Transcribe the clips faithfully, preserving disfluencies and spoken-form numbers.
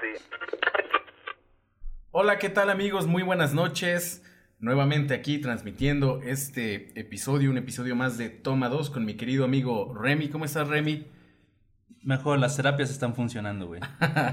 Hola, ¿qué tal amigos? Muy buenas noches. Nuevamente aquí transmitiendo este episodio, un episodio más de Toma dos con mi querido amigo Remy. ¿Cómo estás, Remy? Mejor, las terapias están funcionando, güey.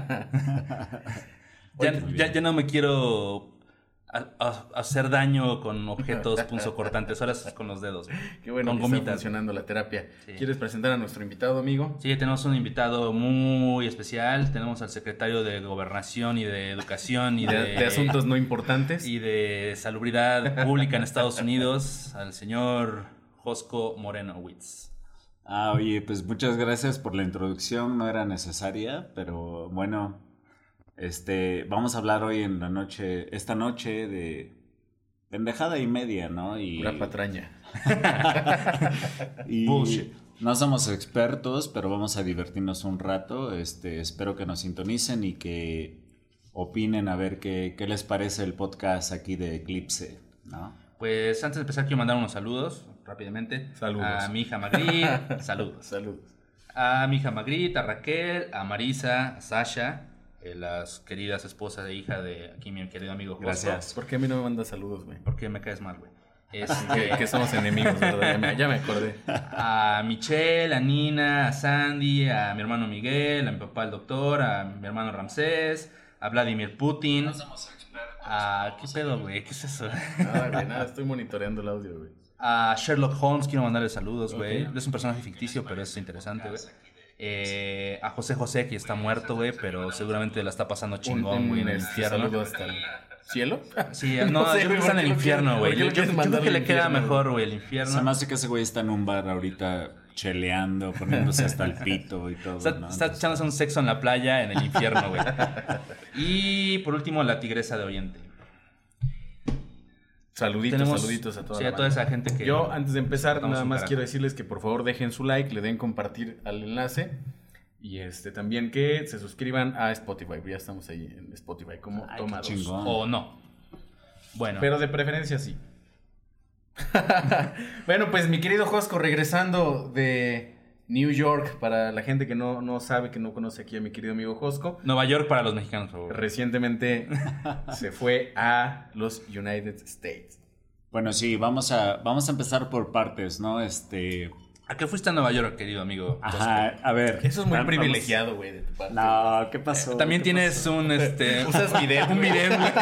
ya, ya, ya no me quiero a, a, hacer daño con objetos punzocortantes, ahora es con los dedos, güey. Qué bueno con que gomitas, está funcionando la terapia. Sí. ¿Quieres presentar a nuestro invitado, amigo? Sí, tenemos un invitado muy especial. Tenemos al secretario de Gobernación y de Educación y de, de, de Asuntos No Importantes y de Salubridad Pública en Estados Unidos, al señor Josco Moreno Witz. Ah, oye, pues muchas gracias por la introducción, no era necesaria, pero bueno, este, vamos a hablar hoy en la noche, esta noche de pendejada y media, ¿no? Y pura patraña. y Bullshit. No somos expertos, pero vamos a divertirnos un rato. Este, espero que nos sintonicen y que opinen a ver qué, qué les parece el podcast aquí de Eclipse, ¿no? Pues antes de empezar quiero mandar unos saludos rápidamente. Saludos. A mi hija Magritte, saludos. Saludos. A mi hija Magritte, a Raquel, a Marisa, a Sasha, eh, las queridas esposas e hija de aquí mi querido amigo Josco. Gracias. ¿Por qué a mí no me mandas saludos, güey? Porque me caes mal, güey. Es, que, que somos enemigos, ¿verdad? Ya me, ya me acordé. A Michelle, a Nina, a Sandy, a mi hermano Miguel, a mi papá el doctor, a mi hermano Ramsés, a Vladimir Putin. No somos expertos. A, ¿qué pedo, güey? ¿Qué es eso? Nada, güey, nada, estoy monitoreando el audio, güey. A Sherlock Holmes quiero mandarle saludos, güey. Okay. Es un personaje ficticio, pero es interesante, güey. Eh, a José José, que está muerto, güey, pero seguramente la está pasando chingón, güey, en el este, infierno. Saludo hasta el cielo. Sí, no, No sé, yo creo güey, que está en el ¿por qué lo infierno, quieres- güey. por qué Yo, lo yo- quieres yo mandar creo que al le queda infierno, mejor, güey? güey, el Se me infierno. hace que ese güey está en un bar ahorita cheleando, poniéndose hasta el pito y todo, Está, ¿no? está Entonces, echándose un sexo en la playa, en el infierno, güey. Y por último, la Tigresa de Oriente. Saluditos, Tenemos- saluditos a toda sí, la a toda banda. esa gente que... Yo, antes de empezar, Cortamos nada un más carajo. quiero decirles que por favor dejen su like, le den compartir al enlace y este también que se suscriban a Spotify. Ya estamos ahí en Spotify como Ay, Toma qué dos. chingón. O no. Bueno. Pero de preferencia sí. Bueno, pues mi querido Josco, regresando de New York, para la gente que no, no sabe, que no conoce aquí a mi querido amigo Josco, Nueva York para los mexicanos, por favor. recientemente se fue a los United States. Bueno, sí, vamos a, vamos a empezar por partes, ¿no? Este, ¿A qué fuiste a Nueva York, querido amigo? ajá, a ver. Eso es muy vamos- privilegiado, güey, de tu parte. No, ¿qué pasó? También ¿Qué tienes pasó? un, este... Usas bidet, un güey. bidet, güey.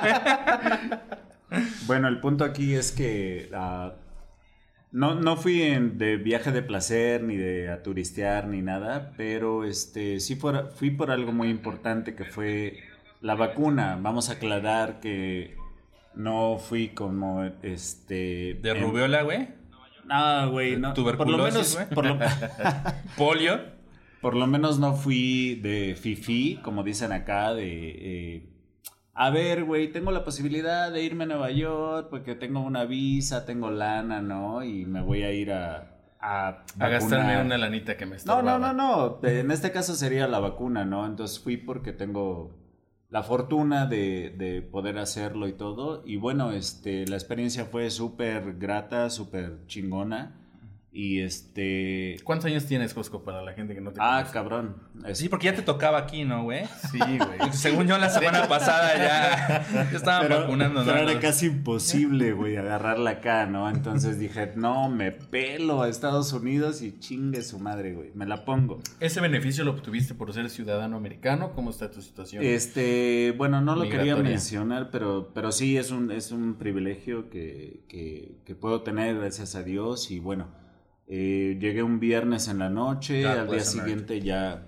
Bueno, el punto aquí es que ah, no, no fui en- de viaje de placer, ni de a turistear, ni nada, pero este, sí fuera- fui por algo muy importante que fue la vacuna. Vamos a aclarar que no fui como este... De en- rubiola, güey. No, güey, no. Por lo Tuberculosis, menos, güey. por lo, Polio. por lo menos no fui de fifi, como dicen acá, de... eh, a ver, güey, tengo la posibilidad de irme a Nueva York porque tengo una visa, tengo lana, ¿no? Y me voy a ir a... A, A gastarme vacunar. una lanita que me No, estorbaba. no, no, no. En este caso sería la vacuna, ¿no? Entonces fui porque tengo la fortuna de, de poder hacerlo y todo. Y bueno, este, la experiencia fue súper grata, súper chingona. Y este... ¿Cuántos años tienes, Josco, para la gente que no te Ah, conoce? cabrón. Es- Sí, porque ya te tocaba aquí, ¿no, güey? Sí, güey. Según yo, la semana pasada ya, ya estaban Pero, vacunando, pero ¿no? era casi imposible, güey, agarrarla acá, ¿no? Entonces dije, no, me pelo a Estados Unidos y chingue su madre, güey. Me la pongo. ¿Ese beneficio lo obtuviste por ser ciudadano americano? ¿Cómo está tu situación? Este, bueno, no lo quería Migratoria. mencionar, pero, pero sí es un, es un privilegio que, que, que puedo tener, gracias a Dios. Y bueno, eh, llegué un viernes en la noche, God al día bless America. siguiente ya,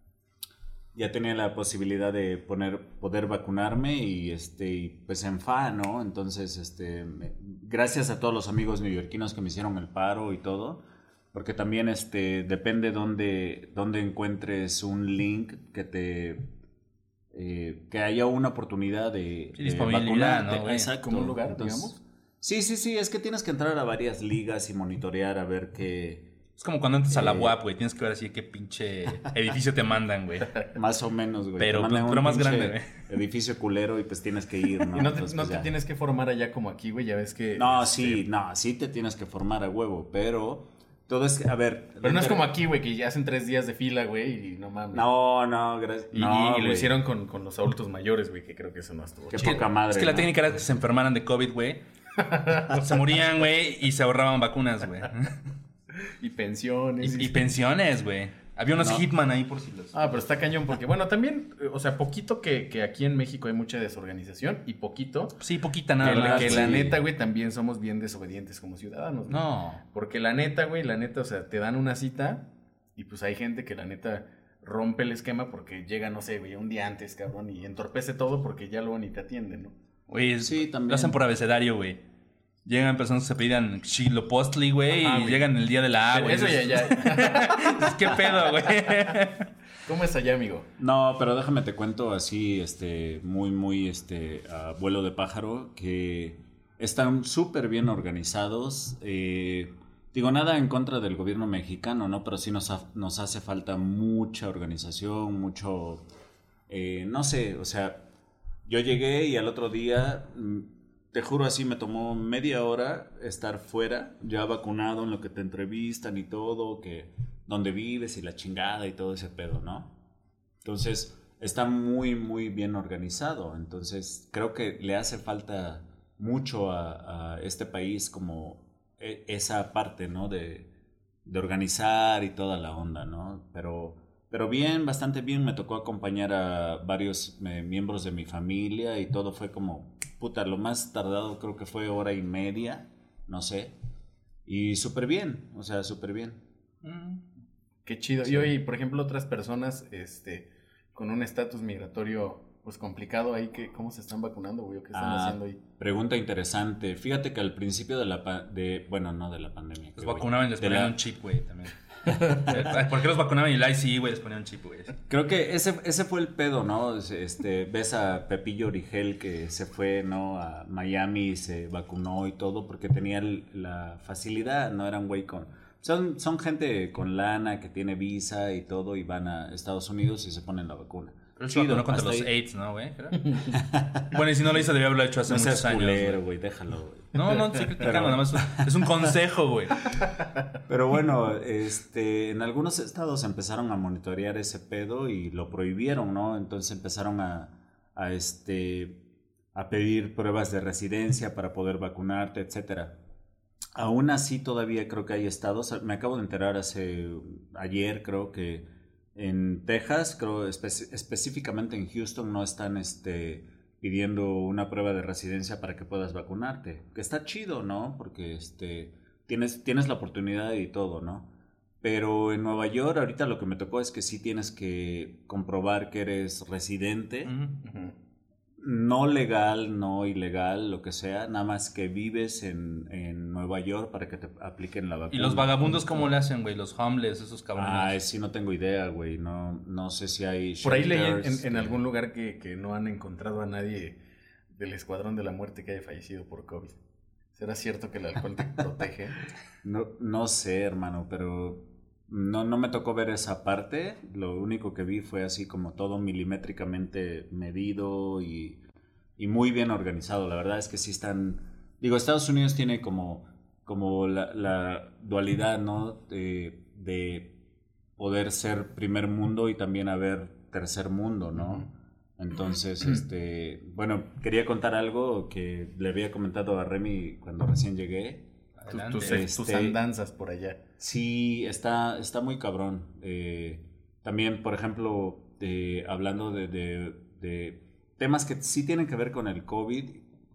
ya tenía la posibilidad de poner, poder vacunarme y este, y pues en F A, ¿no? Entonces, este, me- gracias a todos los amigos neoyorquinos que me hicieron el paro y todo. Porque también este, depende dónde, dónde encuentres un link que te eh, que haya una oportunidad de, Sí, de disponibilidad, vacunarte. ¿no, güey? Exacto. Como un lugar, Entonces, digamos. Sí, sí, sí, es que tienes que entrar a varias ligas y monitorear a ver qué, Es como cuando entras a la Eh. U A P, güey. Tienes que ver así qué pinche edificio te mandan, güey. más o menos, güey. Pero, Te mandan pues, un pero más pinche grande, edificio culero y pues tienes que ir, ¿no? Y no te, Entonces, no pues, te ya. tienes que formar allá como aquí, güey. Ya ves que. No, este, sí, no, sí te tienes que formar a huevo, pero Todo es, a ver. Pero no es como aquí, güey, que ya hacen tres días de fila, güey, y no mames. No, no, gracias. Y, no, y lo güey. hicieron con, con los adultos mayores, güey, que creo que eso no estuvo Qué chido. poca madre. Es que la ¿no? técnica era que se enfermaran de COVID, güey. Se morían, güey, y se ahorraban vacunas, güey. Y pensiones. Y, y pensiones, güey. Había unos No. hitman ahí por si los... Ah, pero está cañón, porque bueno, también, eh, o sea, poquito que, que aquí en México hay mucha desorganización y poquito Sí, poquita que, nada. la, más, que sí. la neta, güey, también somos bien desobedientes como ciudadanos. güey. No. Porque la neta, güey, la neta, o sea, te dan una cita y pues hay gente que la neta rompe el esquema porque llega, no sé, güey, un día antes, cabrón, y entorpece todo porque ya luego ni te atienden, ¿no? Güey, Sí, también. lo hacen por abecedario, güey. Llegan personas que se pedirán Xilopostli, güey, Ajá, y güey. llegan el día de la Pero agua. eso ya, ya. ¿Qué pedo, güey? ¿Cómo es allá, amigo? No, pero déjame te cuento así, este, muy, muy, este, a vuelo de pájaro, que están súper bien organizados. Eh, digo, nada en contra del gobierno mexicano, ¿no? Pero sí nos, ha- nos hace falta mucha organización, mucho, eh, no sé, o sea, yo llegué y al otro día, mm, te juro así, me tomó media hora estar fuera, ya vacunado en lo que te entrevistan y todo, que dónde vives y la chingada y todo ese pedo, ¿no? Entonces, está muy, muy bien organizado. Entonces, creo que le hace falta mucho a, a este país como e- esa parte, ¿no? De, de organizar y toda la onda, ¿no? Pero, pero bien, bastante bien. Me tocó acompañar a varios eh, miembros de mi familia y todo fue como, puta, lo más tardado creo que fue hora y media, no sé. Y súper bien, o sea, súper bien. Qué chido. Sí. Y hoy, por ejemplo, otras personas, este, con un estatus migratorio, pues complicado ahí, que, ¿cómo se están vacunando, güey? ¿O ¿Qué están Ah, haciendo ahí? Pregunta interesante. Fíjate que al principio de la pa- de bueno, no de la pandemia. Los qué güey. vacunaban y les De ponían la- un chip, güey, también. ¿Por qué los vacunaban y el I C I, güey, les ponían un chip, güey? Creo que ese, ese fue el pedo, ¿no? Este, ves a Pepillo Origel que se fue, ¿no? A Miami y se vacunó y todo porque tenía el- la facilidad, no eran güey con... Son, son gente con lana que tiene visa y todo y van a Estados Unidos y se ponen la vacuna. Pero él se Chido, vacunó contra hasta los ahí. AIDS, ¿no, güey? Creo. Bueno, y si no lo hizo, debía haberlo hecho hace No muchos seas años. culero, güey. güey, déjalo, güey. No, no, estoy criticando, nada más es un consejo, güey. Pero bueno, este, en algunos estados empezaron a monitorear ese pedo y lo prohibieron, ¿no? Entonces empezaron a, a, este, a pedir pruebas de residencia para poder vacunarte, etcétera. Aún así todavía creo que hay estados, me acabo de enterar hace, ayer creo que en Texas, creo espe- específicamente en Houston no están, este, pidiendo una prueba de residencia para que puedas vacunarte. Que está chido, ¿no? Porque este, tienes, tienes la oportunidad y todo, ¿no? Pero en Nueva York ahorita lo que me tocó es que sí tienes que comprobar que eres residente, Ujú. no legal, no ilegal, lo que sea, nada más que vives en, en Nueva York para que te apliquen la vacuna. ¿Y los vagabundos cómo le hacen, güey? Los homeless, esos cabrones. Ay, sí, no tengo idea, güey. No, no sé si hay Por ahí leí en, shelters, en- en eh, algún lugar que, que no han encontrado a nadie del Escuadrón de la Muerte que haya fallecido por COVID. ¿Será cierto que el alcohol te protege? No, no sé, hermano, pero no, no me tocó ver esa parte. Lo único que vi fue así como todo milimétricamente medido y, y muy bien organizado. La verdad es que sí están... Digo, Estados Unidos tiene como, como la, la dualidad, ¿no? De, de poder ser primer mundo y también haber tercer mundo, ¿no? Ujú. Entonces, este... Bueno, quería contar algo que le había comentado a Remy cuando recién llegué. Tus, Adelante. tus, Este- tus andanzas por allá. Sí, está, está muy cabrón. Eh, también, por ejemplo, eh, hablando de, de- de temas que sí tienen que ver con el COVID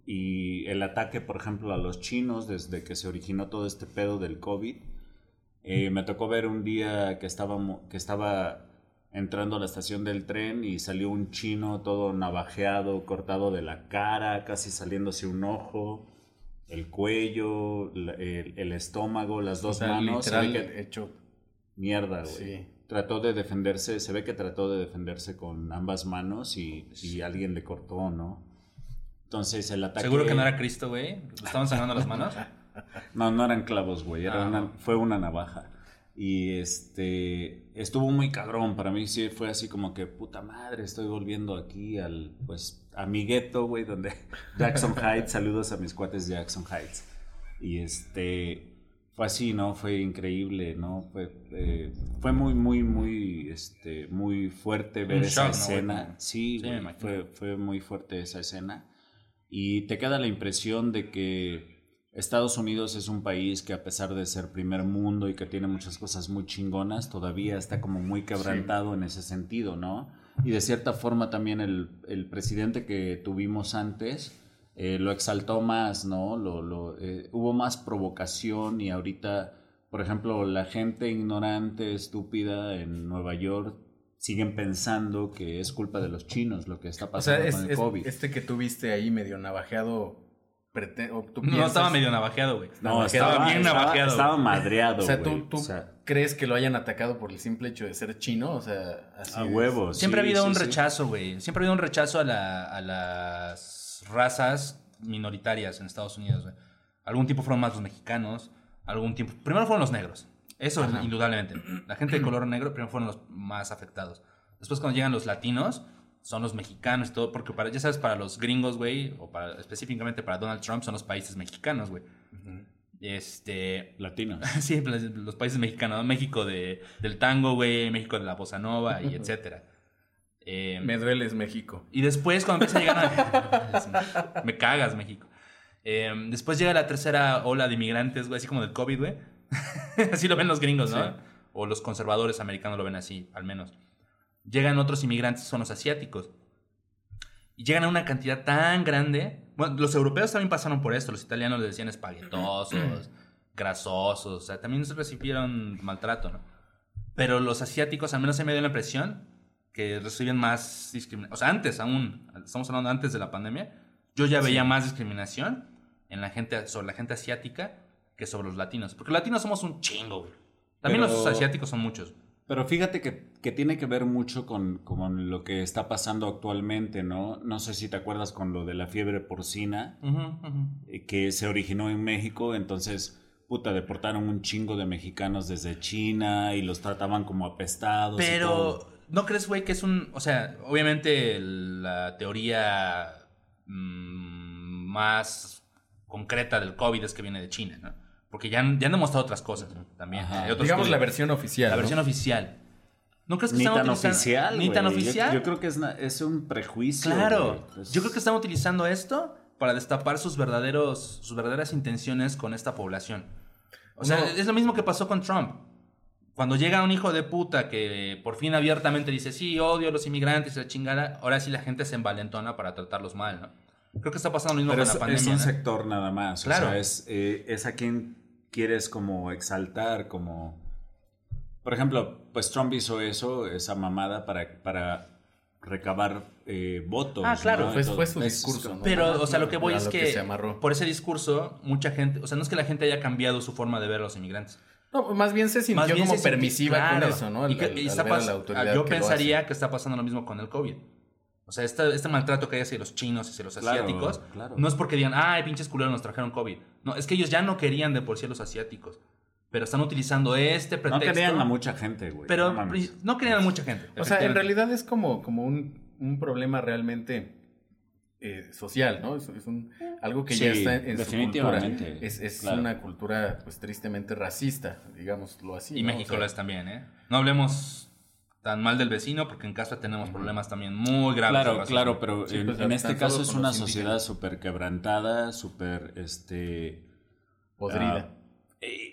y el ataque, por ejemplo, a los chinos desde que se originó todo este pedo del COVID. Eh, me tocó ver un día que estaba, que estaba entrando a la estación del tren y salió un chino todo navajeado, cortado de la cara, casi saliéndose un ojo, el cuello, la- el, el estómago, las dos O sea, manos. Se ve literal que- hecho. Mierda, güey. Sí. Trató de defenderse, se ve que trató de defenderse con ambas manos y, y alguien le cortó, ¿no? Entonces el ataque... Seguro que no era Cristo, güey. ¿Le estaban sangrando las manos? No, no eran clavos, güey, era Ah. una, fue una navaja. Y este, estuvo muy cabrón, para mí sí fue así como que, puta madre, estoy volviendo aquí al, pues, a mi gueto, güey, donde Jackson Heights, saludos a mis cuates de Jackson Heights. Y este, fue así, ¿no? Fue increíble, ¿no? Fue, eh, fue muy, muy, muy, este, muy fuerte ver Un esa shock, ¿no, escena. güey? Sí, Sí, güey, me imagino. fue, fue muy fuerte esa escena. Y te queda la impresión de que Estados Unidos es un país que, a pesar de ser primer mundo y que tiene muchas cosas muy chingonas, todavía está como muy quebrantado en ese sentido, ¿no? Y de cierta forma también el, el presidente que tuvimos antes eh, lo exaltó más, ¿no? Lo, lo, eh, hubo más provocación y ahorita, por ejemplo, la gente ignorante, estúpida en Nueva York siguen pensando que es culpa de los chinos lo que está O pasando sea, es, con el es- COVID. este que tú viste ahí medio navajeado, prete- o tú No, piensas- estaba medio navajeado, güey. No, estaba, estaba, bien estaba, navajeado. estaba madreado, O sea, güey. ¿tú, tú O sea, crees que lo hayan atacado por el simple hecho de ser chino? O sea, así a es. huevos. Siempre sí, ha habido sí, un sí. rechazo, güey. Siempre ha habido un rechazo a, la- a las razas minoritarias en Estados Unidos, güey. Algún tiempo fueron más los mexicanos, algún tiempo... Primero fueron los negros. Eso, Ajá. indudablemente. La gente de color negro primero fueron los más afectados. Después, cuando llegan los latinos, son los mexicanos y todo. Porque, para, ya sabes, para los gringos, güey, o para, específicamente para Donald Trump, son los países mexicanos, güey. Ujú. Este... Latinos. Sí, los, los países mexicanos. México de, del tango, güey. México de la bossa nova y etcétera. Eh, Me dueles México. y después, cuando empieza a llegar a... Me cagas, México. Eh, después llega la tercera ola de inmigrantes, güey, así como del COVID, güey. Así lo ven los gringos, ¿no? Sí. O los conservadores americanos lo ven así, al menos. Llegan otros inmigrantes, son los asiáticos. Y llegan a una cantidad tan grande. Bueno, los europeos también pasaron por esto. Los italianos les decían espaguetosos, grasosos. O sea, también recibieron maltrato, ¿no? Pero los asiáticos, al menos se me dio la impresión que recibían más discriminación. O sea, antes aún, estamos hablando antes de la pandemia, yo ya veía Sí. más discriminación en la gente, sobre la gente asiática que sobre los latinos. Porque los latinos somos un chingo, güey. También Pero- los asiáticos son muchos. Pero fíjate que, que tiene que ver mucho con, con lo que está pasando actualmente, ¿no? No sé si te acuerdas con lo de la fiebre porcina, Ujú, ujú. eh, que se originó en México, entonces, puta, deportaron un chingo de mexicanos desde China y los trataban como apestados. y Pero, todo. ¿no crees, güey, que es un... O sea, obviamente la teoría mm, más concreta del COVID es que viene de China, ¿no? Porque ya han, ya han demostrado otras cosas, ¿no? También. Ajá. Hay otros Digamos la estudios. versión oficial. La ¿no? versión oficial. ¿No crees que Ni están tan utilizando- oficial, Ni tan güey. Yo- oficial. Yo, creo que es, na- es un prejuicio. Claro. güey. Pues- Yo creo que están utilizando esto para destapar sus verdaderos, sus verdaderas intenciones con esta población. O sea, No. es lo mismo que pasó con Trump. Cuando llega un hijo de puta que por fin abiertamente dice, sí, odio a los inmigrantes y la chingada, ahora sí la gente se envalentona para tratarlos mal, ¿no? Creo que está pasando lo mismo Pero con es, la pandemia. es un ¿no? sector nada más. Claro. O sea, es, eh, es a quien quieres como exaltar, como... Por ejemplo, pues Trump hizo eso, esa mamada para, para recabar eh, votos. Ah, claro, ¿no? Fue, Entonces, fue su es- discurso, ¿no? Pero, o sea, lo que voy A es lo que, se amarró. por ese discurso, mucha gente, o sea, no es que la gente haya cambiado su forma de ver a los inmigrantes. No, más bien se sintió Más bien como se sintió- permisiva claro. con eso, ¿no? Y que- Al- y al está ver a la pas- autoridad yo que lo pensaría hace. que está pasando lo mismo con el COVID. O sea, este, este maltrato que hay hacia los chinos y hacia los Claro, asiáticos, claro. no es porque digan, ay, pinches culeros nos trajeron COVID. No, es que ellos ya no querían de por sí a los asiáticos. Pero están utilizando este No pretexto. querían a mucha gente, güey. Pero no mames. no querían a mucha gente. O sea, en efectivamente. realidad es como, como un, un problema realmente eh, social, ¿no? Es, es un, algo que ya Sí, está en su cultura. definitivamente, Es, es claro. una cultura, pues, tristemente racista, digámoslo así. Y ¿no? México O sea, lo es también, ¿eh? No hablemos tan mal del vecino porque en casa tenemos problemas también muy graves. de Claro, racismo. claro, pero Sí, en, pues, en tan este solo caso es con una los sociedad indígenas. súper quebrantada, súper, este... podrida. ah, eh,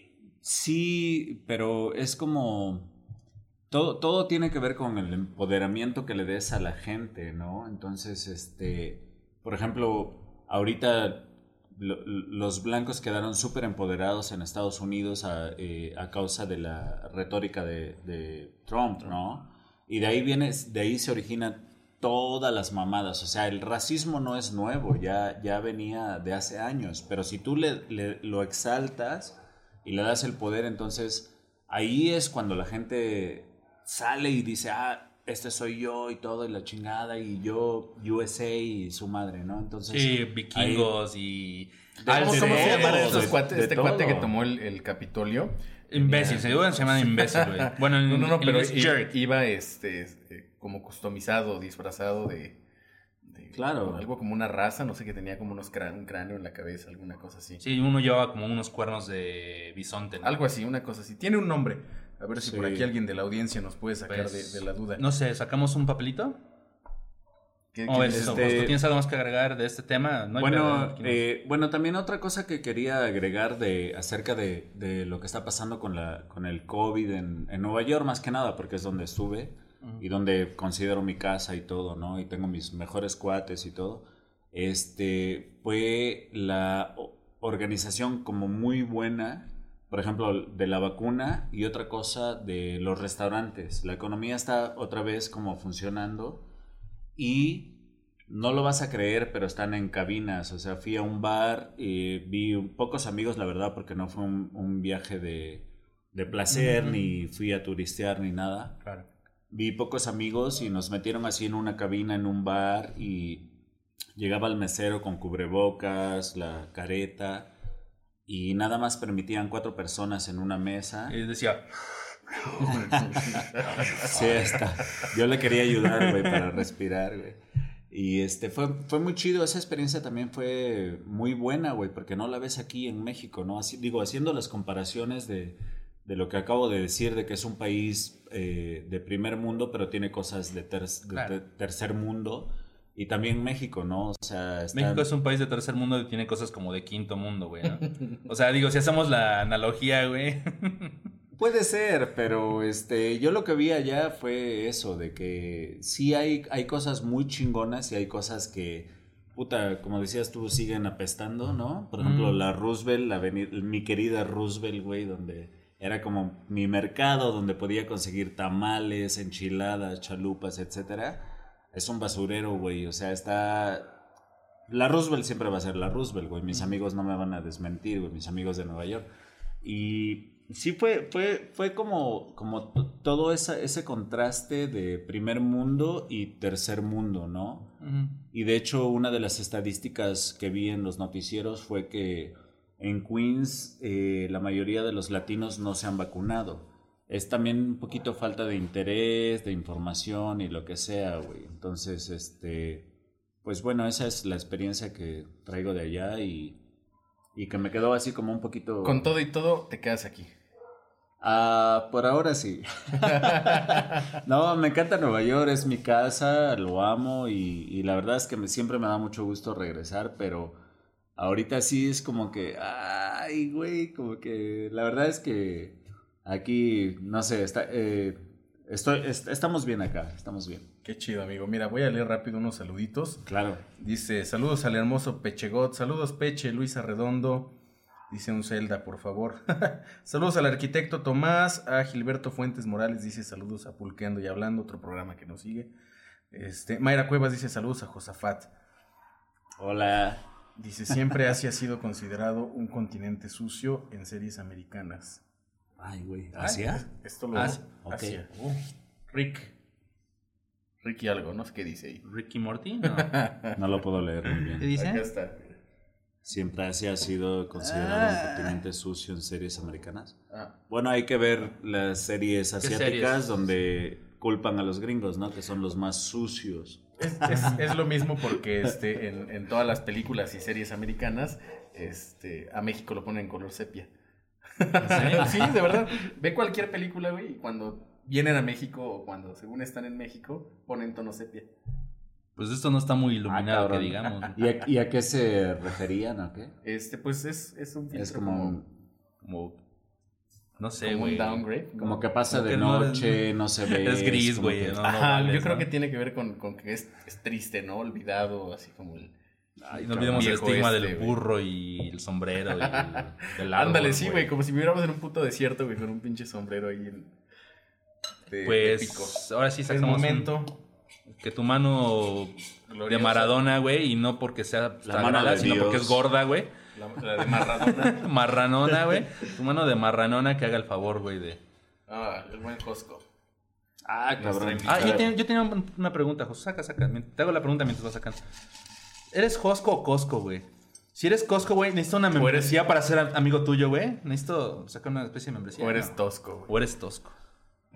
sí, pero es como... Todo, todo tiene que ver con el empoderamiento que le des a la gente, ¿no? Entonces, este... Por ejemplo, ahorita lo- los blancos quedaron súper empoderados en Estados Unidos a, eh, a causa de la retórica de, de Trump, ¿no? Y de ahí viene, de ahí se origina todas las mamadas. O sea, el racismo no es nuevo, ya, ya venía de hace años. Pero si tú le, le- lo exaltas y le das el poder, entonces ahí es cuando la gente sale y dice, ah, este soy yo y todo, y la chingada, y yo, U S A y su madre, ¿no? Entonces, Sí, vikingos y... ¿Cómo, alces, cómo se llaman de- estos de- cuates? de Este todo. cuate que tomó el, el Capitolio. Imbécil, se se llama imbécil, güey. Bueno, en, No, no, no, en pero inglés, i- jerk. iba este, este, como customizado, disfrazado de, diferente. Claro. Algo como una raza, no sé, que tenía como unos crán- un cráneo en la cabeza, alguna cosa así. Sí, uno llevaba como unos cuernos de bisonte, ¿no? Algo así, una cosa así. Tiene un nombre. A ver si Sí. por aquí alguien de la audiencia nos puede sacar Pues, de, de la duda. No sé, ¿sacamos un papelito? ¿Qué- ¿Cómo qué ves dices? eso? este- ¿Tú tienes algo más que agregar de este tema? No hay pedo, Bueno, aquí no. eh, bueno, también otra cosa que quería agregar de acerca de, de lo que está pasando con la con el COVID en, en Nueva York, más que nada, porque es donde estuve Ujú. y donde considero mi casa y todo, ¿no? Y tengo mis mejores cuates y todo. Este fue la o- organización como muy buena, por ejemplo, de la vacuna, y otra cosa de los restaurantes. La economía está otra vez como funcionando. Y no lo vas a creer, pero están en cabinas. O sea, fui a un bar y vi un- pocos amigos, la verdad, porque no fue un, un viaje de, de placer, Ujú. ni fui a turistear, ni nada. Claro. Vi pocos amigos y nos metieron así en una cabina, en un bar, y llegaba el mesero con cubrebocas, la careta, y nada más permitían cuatro personas en una mesa. Y decía, Sí, está. Yo le quería ayudar, güey, para respirar, güey. Y este, fue, fue muy chido. Esa experiencia también fue muy buena, güey, porque no la ves aquí en México, ¿no? Así, digo, haciendo las comparaciones de, de lo que acabo de decir, de que es un país eh, de primer mundo, pero tiene cosas de, ter- de Claro. ter- tercer mundo. Y también México, ¿no? O sea, está... México es un país de tercer mundo y tiene cosas como de quinto mundo, güey, ¿no? O sea, digo, si hacemos la analogía, güey. Puede ser, pero este, yo lo que vi allá fue eso, de que sí hay, hay cosas muy chingonas y hay cosas que, puta, como decías tú, siguen apestando, ¿no? Por ejemplo, Mm. la Roosevelt, la aveni- mi querida Roosevelt, güey, donde era como mi mercado, donde podía conseguir tamales, enchiladas, chalupas, etcétera. Es un basurero, güey, o sea, está... La Roosevelt siempre va a ser la Roosevelt, güey, mis amigos no me van a desmentir, güey, mis amigos de Nueva York. Y sí fue, fue, fue como, como t- todo esa, ese contraste de primer mundo y tercer mundo, ¿no? Ujú. Y de hecho, una de las estadísticas que vi en los noticieros fue que en Queens eh, la mayoría de los latinos no se han vacunado. Es también un poquito falta de interés, de información y lo que sea, güey. Entonces, este, pues bueno, esa es la experiencia que traigo de allá y, y que me quedó así como un poquito... Con todo y todo, te quedas aquí. Ah, por ahora sí. No, me encanta Nueva York, es mi casa, lo amo y, y la verdad es que me, siempre me da mucho gusto regresar, pero ahorita sí es como que, ay, güey, como que la verdad es que aquí, no sé, está, eh, estoy, est- estamos bien acá, estamos bien. Qué chido, amigo. Mira, voy a leer rápido unos saluditos. Claro. Dice, saludos al hermoso Pechegot. Saludos, Peche, Luisa Redondo. Dice un Zelda, por favor. Saludos al arquitecto Tomás. A Gilberto Fuentes Morales dice saludos a Pulqueando y Hablando, otro programa que nos sigue. Este, Mayra Cuevas dice saludos a Josafat. Hola. Dice, siempre Asia ha sido considerado un continente sucio en series americanas. Ay, güey. Ay, ¿Asia? Esto lo... Asia, ok. Asia. Uh, Rick. Ricky algo, no sé qué dice ahí. ¿Ricky Morty? No. No lo puedo leer muy ¿Qué bien. dice? Acá está. Siempre Asia ha sido considerado Ah. un continente sucio en series americanas. Ah, Bueno, hay que ver las series asiáticas series? donde culpan a los gringos, ¿no? Que son los más sucios. Es, es, es lo mismo porque este, en, en todas las películas y series americanas, este, a México lo ponen en color sepia. serio? Sí, de verdad. Ve cualquier película, güey, y cuando vienen a México o cuando según están en México, ponen tono sepia. Pues esto no está muy iluminado, Ah, que cabrón. digamos. ¿Y a, y a qué se referían o qué? Este, pues es, es un filtro Es como, un- Como, no sé, como un güey. downgrade. como que pasa Como de que no es- noche, no se ve. es gris, como güey, que- ¿no? Ajá, vales, yo creo ¿no? que tiene que ver con, con que es, es triste, ¿no? Olvidado, así como el... Ay, no olvidemos el viejo estigma este, del güey. burro y el sombrero y el, del árbol, Ándale, sí, güey, como si viviéramos en un puto desierto, güey, con un pinche sombrero ahí en... de- de pico. Pues ahora sí Es sacamos un- momento que tu mano de glorioso. Maradona, güey, y no porque sea La mano sagrada, de sino porque Dios. es gorda, güey. La, la de Maradona. Marranona, güey. Tu mano de marranona que haga el favor, güey, de... Ah, el buen Costco. Ah, cabrón. Nuestra Ah, yo, tenía- yo tenía un- una pregunta, José. Saca, saca. Te hago la pregunta mientras vas sacando. ¿Eres Josco o Costco, güey? Si eres Costco, güey, necesito una eres- membresía para ser amigo tuyo, güey. Necesito sacar una especie de membresía. O eres ¿no? tosco, güey. O eres Tosco.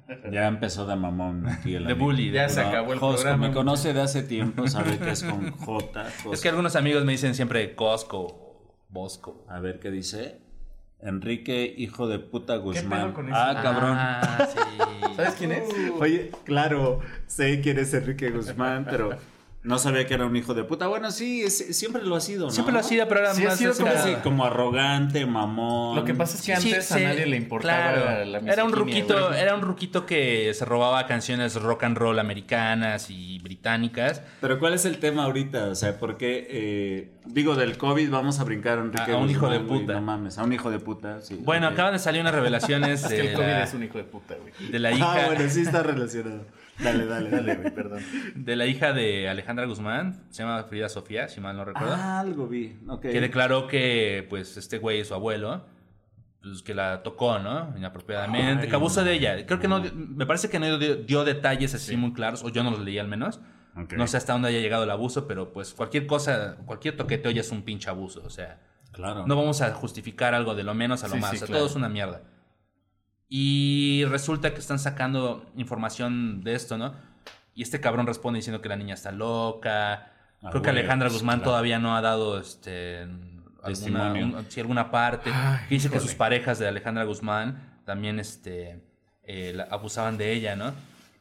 Ya empezó de mamón aquí el De amigo. bully. Ya de se bully. acabó el Josco, programa. me conoce de hace tiempo, sabe que es con J. Josco. Es que algunos amigos me dicen siempre Costco o Bosco. A ver qué dice. Enrique, hijo de puta ¿Qué Guzmán. pedo con eso? Ah, cabrón. Ah, sí. ¿Sabes quién es? Oye, claro, sé quién es Enrique Guzmán, pero no sabía que era un hijo de puta. Bueno, sí, es- siempre lo ha sido, ¿no? Siempre lo ha sido, pero ahora Sí, ha más sido como- Sí, descarado. como arrogante, mamón. Lo que pasa es que Sí, antes sí, a nadie le importaba claro. la Era un misoginia, ruquito, güey. era un ruquito que se robaba canciones rock and roll americanas y británicas. Pero ¿cuál es el tema ahorita? O sea, ¿por qué? eh, digo, del COVID vamos a brincar a Enrique A- a un hijo de Guzmán, güey, puta. No mames, a un hijo de puta, sí. Bueno, ok. acaban de salir unas revelaciones Es que de, el COVID la, es un hijo de puta, güey. de la hija Ah, bueno, sí está relacionado. Dale, dale, Dale, dale. güey, perdón. de la hija de Alejandra Guzmán, se llama Frida Sofía, si mal no recuerdo, Ah, algo vi. Ok. que declaró que pues este güey, su abuelo, pues que la tocó, ¿no? Inapropiadamente, Ay, que abusó no. de ella. Creo que no, me parece que no dio, dio detalles así muy claros, o yo no los leí al menos. Ok. No sé hasta dónde haya llegado el abuso, pero pues cualquier cosa, cualquier toqueteo ya es un pinche abuso, o sea, Claro. no vamos a justificar algo de lo menos a lo Sí, más, sí, o sea, claro. todo es una mierda. Y resulta que están sacando información de esto, ¿no? Y este cabrón responde diciendo que la niña está loca. Ah, Creo que güey, Alejandra pues, Guzmán claro. todavía no ha dado este alguna, Testimonio. un- sí, alguna parte. Ay, que dice que híjole. sus parejas de Alejandra Guzmán también este, eh, la- abusaban de ella, ¿no?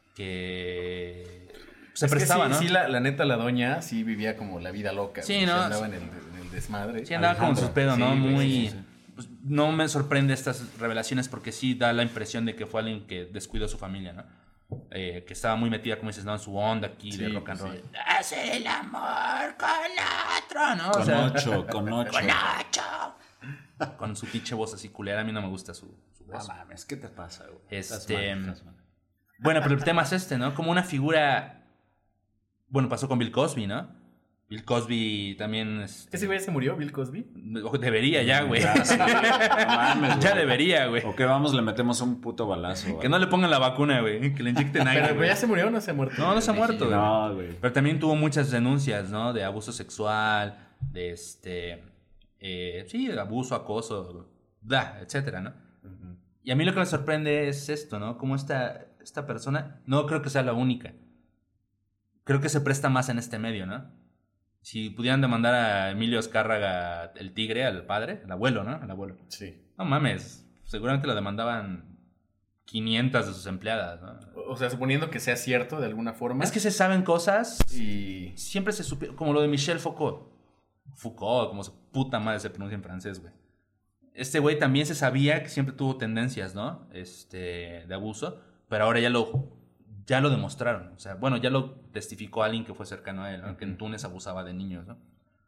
Que se Es que prestaba, sí, ¿no? sí, la, la neta, la doña sí vivía como la vida loca. Sí, güey. ¿no? Andaba en el, en el desmadre. Sí, andaba con Alejandra. sus pedos, ¿no? Sí, güey, Muy... sí, sí. pues, no me sorprende estas revelaciones porque sí da la impresión de que fue alguien que descuidó a su familia, ¿no? Eh, que estaba muy metida, como dices, ¿no? En su onda aquí de Sí, rock and pues, roll. sí. Hacer el amor con otro, ¿no? O Con sea, ocho, con ocho. con ocho. Con su pinche voz así culera. A mí no me gusta su, su No voz. mames, ¿qué te pasa, güey? Este, Estás mal, estás mal. Bueno, pero el tema es este, ¿no? Como una figura... Bueno, pasó con Bill Cosby, ¿no? Bill Cosby también... este, ¿Ese güey se murió, Bill Cosby? Debería ya, güey. Ya, sí, no mames, Ya güey. debería, güey. O que vamos, le metemos un puto balazo. Que güey. no le pongan la vacuna, güey. Que le inyecten aire, Pero güey. ¿ya se murió o no se ha muerto? No, no se ha muerto, güey. No, güey. Pero también tuvo muchas denuncias, ¿no? De abuso sexual, de este... eh, sí, de abuso, acoso, bla, etcétera, ¿no? Ujú. Y a mí lo que me sorprende es esto, ¿no? Como esta, esta persona, no creo que sea la única. Creo que se presta más en este medio, ¿no? Si pudieran demandar a Emilio Azcárraga, el tigre, al padre, al abuelo, ¿no? Al abuelo. Sí. No mames, seguramente lo demandaban quinientas de sus empleadas, ¿no? O sea, suponiendo que sea cierto de alguna forma. Es que se saben cosas, Y... siempre se supieron, como lo de Michel Foucault. Foucault, como su puta madre se pronuncia en francés, güey. Este güey también se sabía que siempre tuvo tendencias, ¿no? Este, de abuso, pero ahora ya lo, ya lo demostraron. O sea, bueno, ya lo testificó alguien que fue cercano a él, ¿no? Que en Túnez abusaba de niños, ¿no?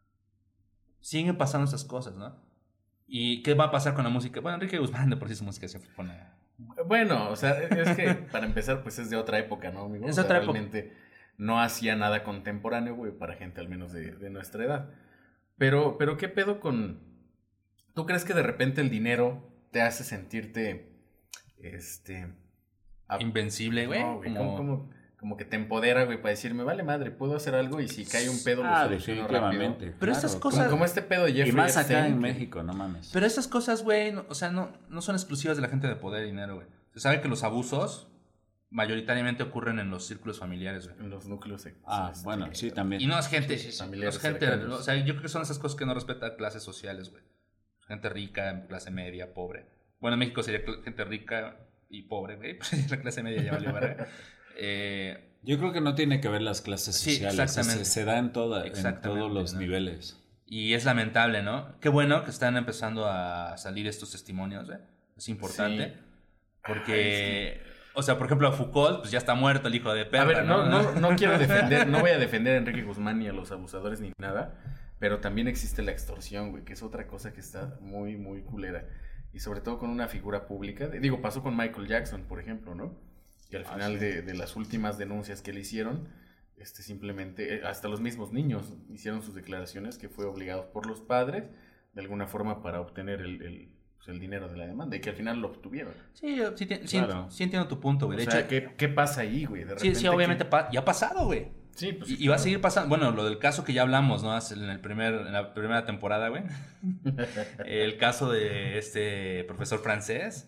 Siguen pasando esas cosas, ¿no? ¿Y qué va a pasar con la música? Bueno, Enrique Guzmán de por sí su música se pone... Bueno, o sea, es que para empezar, pues es de otra época, ¿no, amigo? Es O sea, otra época. realmente no hacía nada contemporáneo, güey, para gente al menos de, de nuestra edad. Pero, pero, ¿qué pedo con...? ¿Tú crees que de repente el dinero te hace sentirte, este... a- Invencible, güey. No, güey, como- como... Como, como que te empodera, güey, para decir, me vale madre, puedo hacer algo y si cae un pedo lo Ah, soluciono definitivamente. rápido. Pero estas claro. cosas- Como, como este pedo de Y Jeffrey más acá Epstein, en que- México, no mames. Pero esas cosas, güey, no- o sea, no, no son exclusivas de la gente de poder y dinero, güey. Se sabe que los abusos mayoritariamente ocurren en los círculos familiares, güey. En los núcleos... eh, Ah, este, bueno, sí, también. Y no es gente, Sí, sí, sí, no es familiares gente, cercanos. o sea, yo creo que son esas cosas que no respeta clases sociales, güey. Gente rica, clase media, pobre. Bueno, en México sería cl- gente rica y pobre, güey. La clase media ya valió verga. Eh, Yo creo que no tiene que ver las clases Sí, sociales. exactamente. Se, se da en, toda, en Exactamente, todos los ¿no? niveles. y es lamentable, ¿no? Qué bueno que están empezando a salir estos testimonios, güey. Es importante. Sí. Porque, o sea, por ejemplo, a Foucault, pues ya está muerto el hijo de perra, A ver, no, ¿no? no, no quiero defender, no voy a defender a Enrique Guzmán ni a los abusadores ni nada, pero también existe la extorsión, güey, que es otra cosa que está muy, muy culera. Y sobre todo con una figura pública. De- digo, pasó con Michael Jackson, por ejemplo, ¿no? Y al Ah, final sí. de, de las últimas denuncias que le hicieron, este simplemente, eh, hasta los mismos niños hicieron sus declaraciones que fue obligado por los padres, de alguna forma, para obtener el, el, pues, el dinero de la demanda, y que al final lo obtuvieron. Sí, yo sí, ti- sí, Claro. sí entiendo tu punto, güey. O De sea, hecho, ¿qué, ¿qué pasa ahí, güey? De sí, repente sí, obviamente que- pa- ya ha pasado, güey. Sí, pues, Y, sí, y va a claro. seguir pasando. Bueno, lo del caso que ya hablamos, ¿no? Hace- En, el primer, en la primera temporada, güey. El caso de este profesor francés.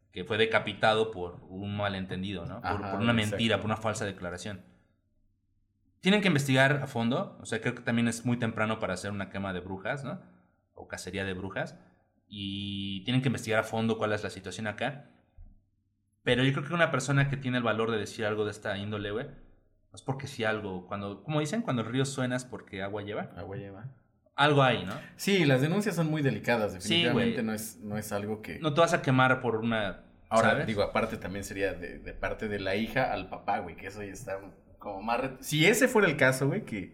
que fue decapitado por un malentendido, ¿no? Por, Ajá, por una mentira, exacto. por una falsa declaración. Tienen que investigar a fondo, o sea, creo que también es muy temprano para hacer una quema de brujas, ¿no? O cacería de brujas. Y tienen que investigar a fondo cuál es la situación acá. Pero yo creo que una persona que tiene el valor de decir algo de esta índole, güey, no es porque sí algo, cuando, como dicen, cuando el río suena es porque agua lleva. Agua lleva. Algo hay, ¿no? Sí, las denuncias son muy delicadas, definitivamente güey. no, es, no es algo que... No te vas a quemar por una... Ahora, ¿sabes? digo, aparte también sería de, de parte de la hija al papá, güey, que eso ya está como más... re- Si ese fuera el caso, güey, que...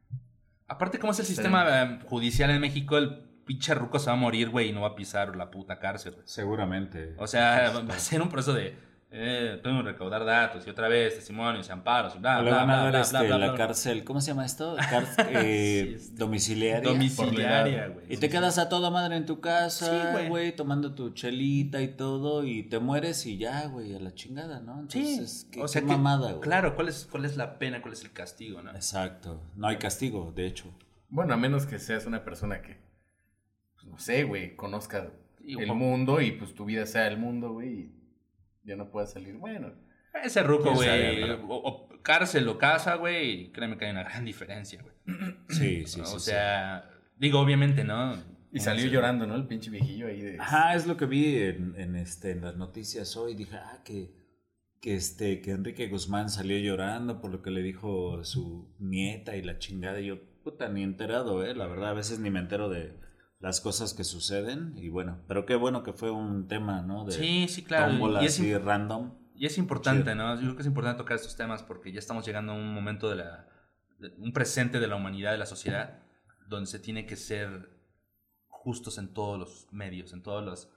Aparte, ¿cómo es el Sí. sistema eh, judicial en México? El pinche ruco se va a morir, güey, y no va a pisar la puta cárcel, güey. Seguramente. O sea, va a ser un proceso de... Eh, tengo que recaudar datos y otra vez testimonios y amparos y bla, O le bla, van a bla, dar bla, este, bla, bla, la bla. cárcel, ¿cómo se llama esto? Cárcel eh, Sí, este, domiciliaria. Domiciliaria, güey. Y Sí, te sí. quedas a toda madre en tu Sí, casa, güey. güey, tomando tu chelita y todo, y te mueres y ya, güey, a la chingada, ¿no? Sí, Entonces, qué, o sea qué que- mamada, güey. Claro, ¿cuál es, ¿cuál es la pena? ¿Cuál es el castigo, no? Exacto. No hay castigo, de hecho. Bueno, a menos que seas una persona que, pues, no sé, güey, conozca Sí, el ojo. mundo y pues tu vida sea el mundo, güey, y ya no puedas salir. Bueno, Ese ruco, ¿Quién güey, sabe, pero- o, o cárcel o casa, güey, y créeme que hay una gran diferencia, güey. Sí, sí, sí. o sí. sea, digo, obviamente, ¿no? y salió Sí. llorando, ¿no? El pinche viejillo ahí de... Ajá, es lo que vi en, en, este, en las noticias hoy. Dije, ah, que, que, este, que Enrique Guzmán salió llorando por lo que le dijo su nieta y la chingada. Y yo, puta, ni enterado, ¿eh? La verdad, a veces ni me entero de las cosas que suceden. Y bueno, pero qué bueno que fue un tema, ¿no? De Sí, sí, claro. tómbola Y es, así im- random. y es importante, Chido. ¿no? Yo creo que es importante tocar estos temas porque ya estamos llegando a un momento de la... de- un presente de la humanidad, de la sociedad, donde se tiene que ser justos en todos los medios, en todas los-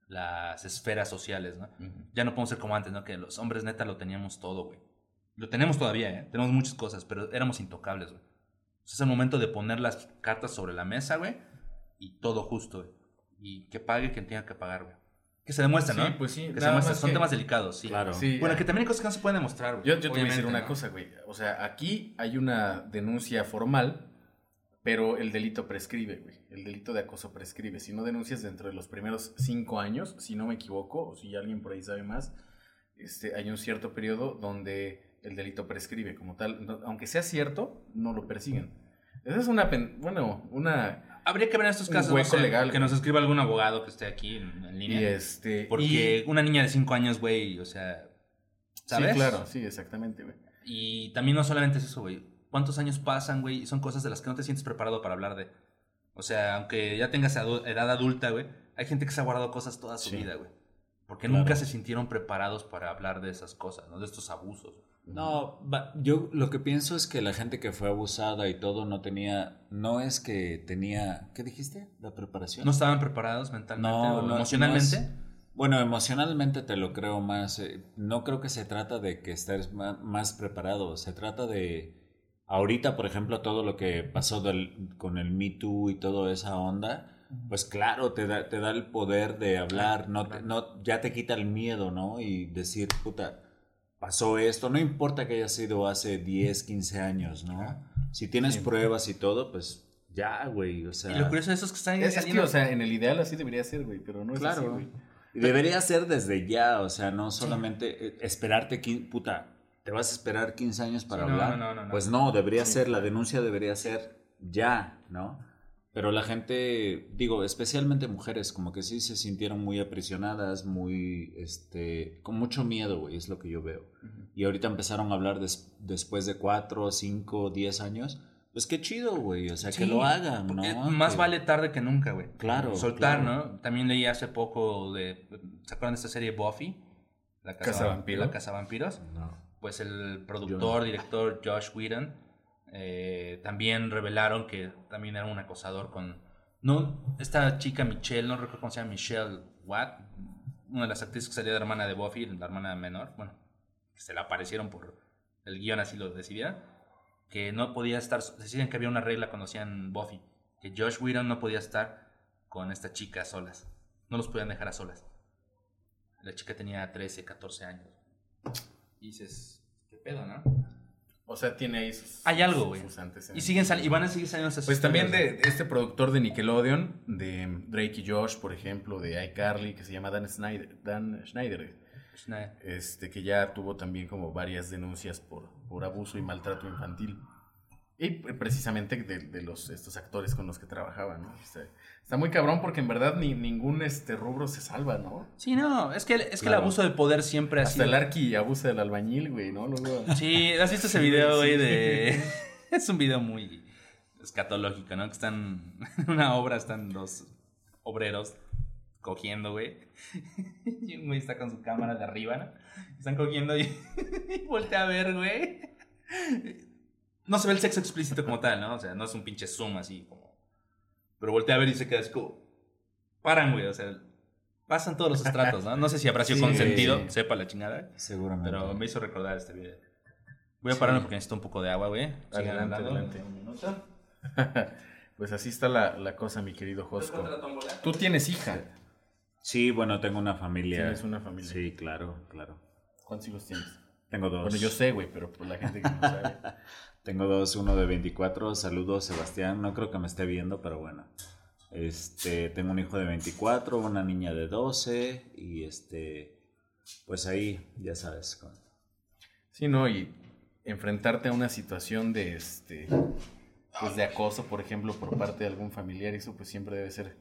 las esferas sociales, ¿no? Ujú. Ya no podemos ser como antes, ¿no? Que los hombres neta lo teníamos todo, güey. Lo tenemos todavía, ¿eh? Tenemos muchas cosas, pero éramos intocables, güey. Es el momento de poner las cartas sobre la mesa, güey, y todo justo, güey. Y que pague quien tenga que pagar, güey. Que se demuestre, ¿no? Sí, pues sí, Que se nada demuestre. más Son que- temas delicados, sí. Claro. Sí, Bueno, ah, que también hay cosas que no se pueden demostrar, güey. Yo, yo te voy a decir Obviamente, una ¿no? cosa, güey. O sea, aquí hay una denuncia formal, pero el delito prescribe, güey. El delito de acoso prescribe. Si no denuncias dentro de los primeros cinco años, si no me equivoco, o si alguien por ahí sabe más, este, hay un cierto periodo donde el delito prescribe como tal. No- aunque sea cierto, no lo persiguen. Esa es una, pen- bueno, una... Habría que ver en estos Un casos, no hueco sé, legal, que güey. nos escriba algún abogado que esté aquí en, en Y línea. este... Porque y- una niña de cinco años, güey, o sea, ¿sabes? Sí, claro, sí, exactamente, güey. Y también no solamente es eso, güey. ¿Cuántos años pasan, güey? Y son cosas de las que no te sientes preparado para hablar de. O sea, aunque ya tengas adu- edad adulta, güey, hay gente que se ha guardado cosas toda su Sí. vida, güey. Porque Claro. nunca se sintieron preparados para hablar de esas cosas, ¿no? De estos abusos. No, va- yo lo que pienso es que la gente que fue abusada y todo no tenía, no es que tenía, ¿qué dijiste? ¿La preparación? ¿No estaban preparados mentalmente No, o no, emocionalmente? no es- bueno, emocionalmente te lo creo más. eh, No creo que se trata de que estés ma- más preparado. Se trata de, ahorita, por ejemplo, todo lo que pasó del- con el Me Too y toda esa onda, pues claro, te da, te da el poder de hablar, no, te- no, ya te quita el miedo, ¿no? Y decir, puta, pasó esto, no importa que haya sido hace diez, quince años, ¿no? Ajá. Si tienes Sí. pruebas y todo, pues ya, güey, o sea... Y lo curioso de eso es que están Es, es que, saliendo... o sea, en el ideal así debería ser, güey, pero no es así, Claro. güey. Y debería ser desde ya, o sea, no solamente eh, esperarte, quin- puta, ¿te vas a esperar quince años para Sí, no, hablar? no, no, no, no. Pues no, debería ser, la denuncia debería ser ya, ¿no? Pero la gente, digo, especialmente mujeres, como que sí se sintieron muy aprisionadas, muy, este, con mucho miedo, güey, es lo que yo veo. Y ahorita empezaron a hablar des- después de cuatro, cinco, diez años. Pues qué chido, güey, o sea, que Sí, lo hagan, ¿no? porque Más Que- vale tarde que nunca, güey. Claro, Soltar, claro. ¿no? También leí hace poco de... ¿Se acuerdan de esta serie Buffy? La Cazavampiro. La Cazavampiros. No. Pues el productor, director Josh Whedon eh, también revelaron que también era un acosador con... No, esta chica Michelle, no recuerdo cómo se llama, Michelle Watt, una de las actrices que salía de hermana de Buffy, la hermana menor, bueno, que se la aparecieron por el guión, así lo decidía, que no podía estar, decían que había una regla cuando hacían Buffy, que Josh Whedon no podía estar con esta chica a solas, no los podían dejar a solas. La chica tenía trece, catorce años. Y dices, ¿qué pedo, no? O sea, tiene ahí sus... Hay algo, güey. sus antecedentes. Y siguen sal- y van a seguir saliendo esas Pues historias, también de, güey. de este productor de Nickelodeon, de Drake y Josh, por ejemplo, de iCarly, que se llama Dan Snyder, Dan Schneider, Pues nada. este, que ya tuvo también como varias denuncias por, por abuso y maltrato infantil. Y eh, precisamente de, de los, estos actores con los que trabajaba, ¿no? Está, está muy cabrón porque en verdad ni, ningún este, rubro se salva, ¿no? Sí, no, es que, es que Claro. el abuso de poder siempre ha Hasta sido... el Arqui abusa del albañil, güey, ¿no? Luego... Sí, ¿has visto ese video, güey? De... Es un video muy escatológico, ¿no? Que están en una obra, están dos obreros cogiendo, güey. Y un güey está con su cámara de arriba, ¿no? Están cogiendo y, y voltea a ver, güey. No se ve el sexo explícito como tal, ¿no? O sea, no es un pinche zoom así como... Pero voltea a ver y se queda así como... Paran, güey, o sea... Pasan todos los estratos, ¿no? No sé si habrá sido Sí, consentido, sí. sepa la chingada. Seguramente. Pero me hizo recordar este video. Voy a pararme porque necesito un poco de agua, güey. Sigan Adelante, hablando. adelante. Un minuto. Pues así está la, la cosa, mi querido Josco. Tú tienes hija. Sí, bueno, tengo una familia. Tienes una familia. Sí, claro, claro. ¿Cuántos hijos tienes? Tengo dos. Bueno, yo sé, güey, pero por la gente que no sabe. Tengo dos, uno de veinticuatro. Saludos, Sebastián. No creo que me esté viendo, pero bueno. Este, tengo un hijo de veinticuatro, una niña de doce y este, pues ahí, ya sabes. Con... Sí, no, y enfrentarte a una situación de este, pues de acoso, por ejemplo, por parte de algún familiar, eso pues siempre debe ser,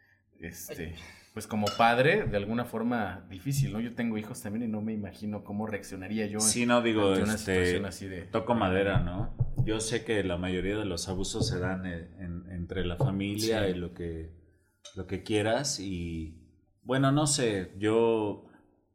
este, pues como padre, de alguna forma difícil, ¿no? Yo tengo hijos también y no me imagino cómo reaccionaría yo. Sí, no digo, ante una este, situación así de... toco madera, ¿no? Yo sé que la mayoría de los abusos se dan en, en, entre la familia Sí. y lo que, lo que quieras y, bueno, no sé, yo,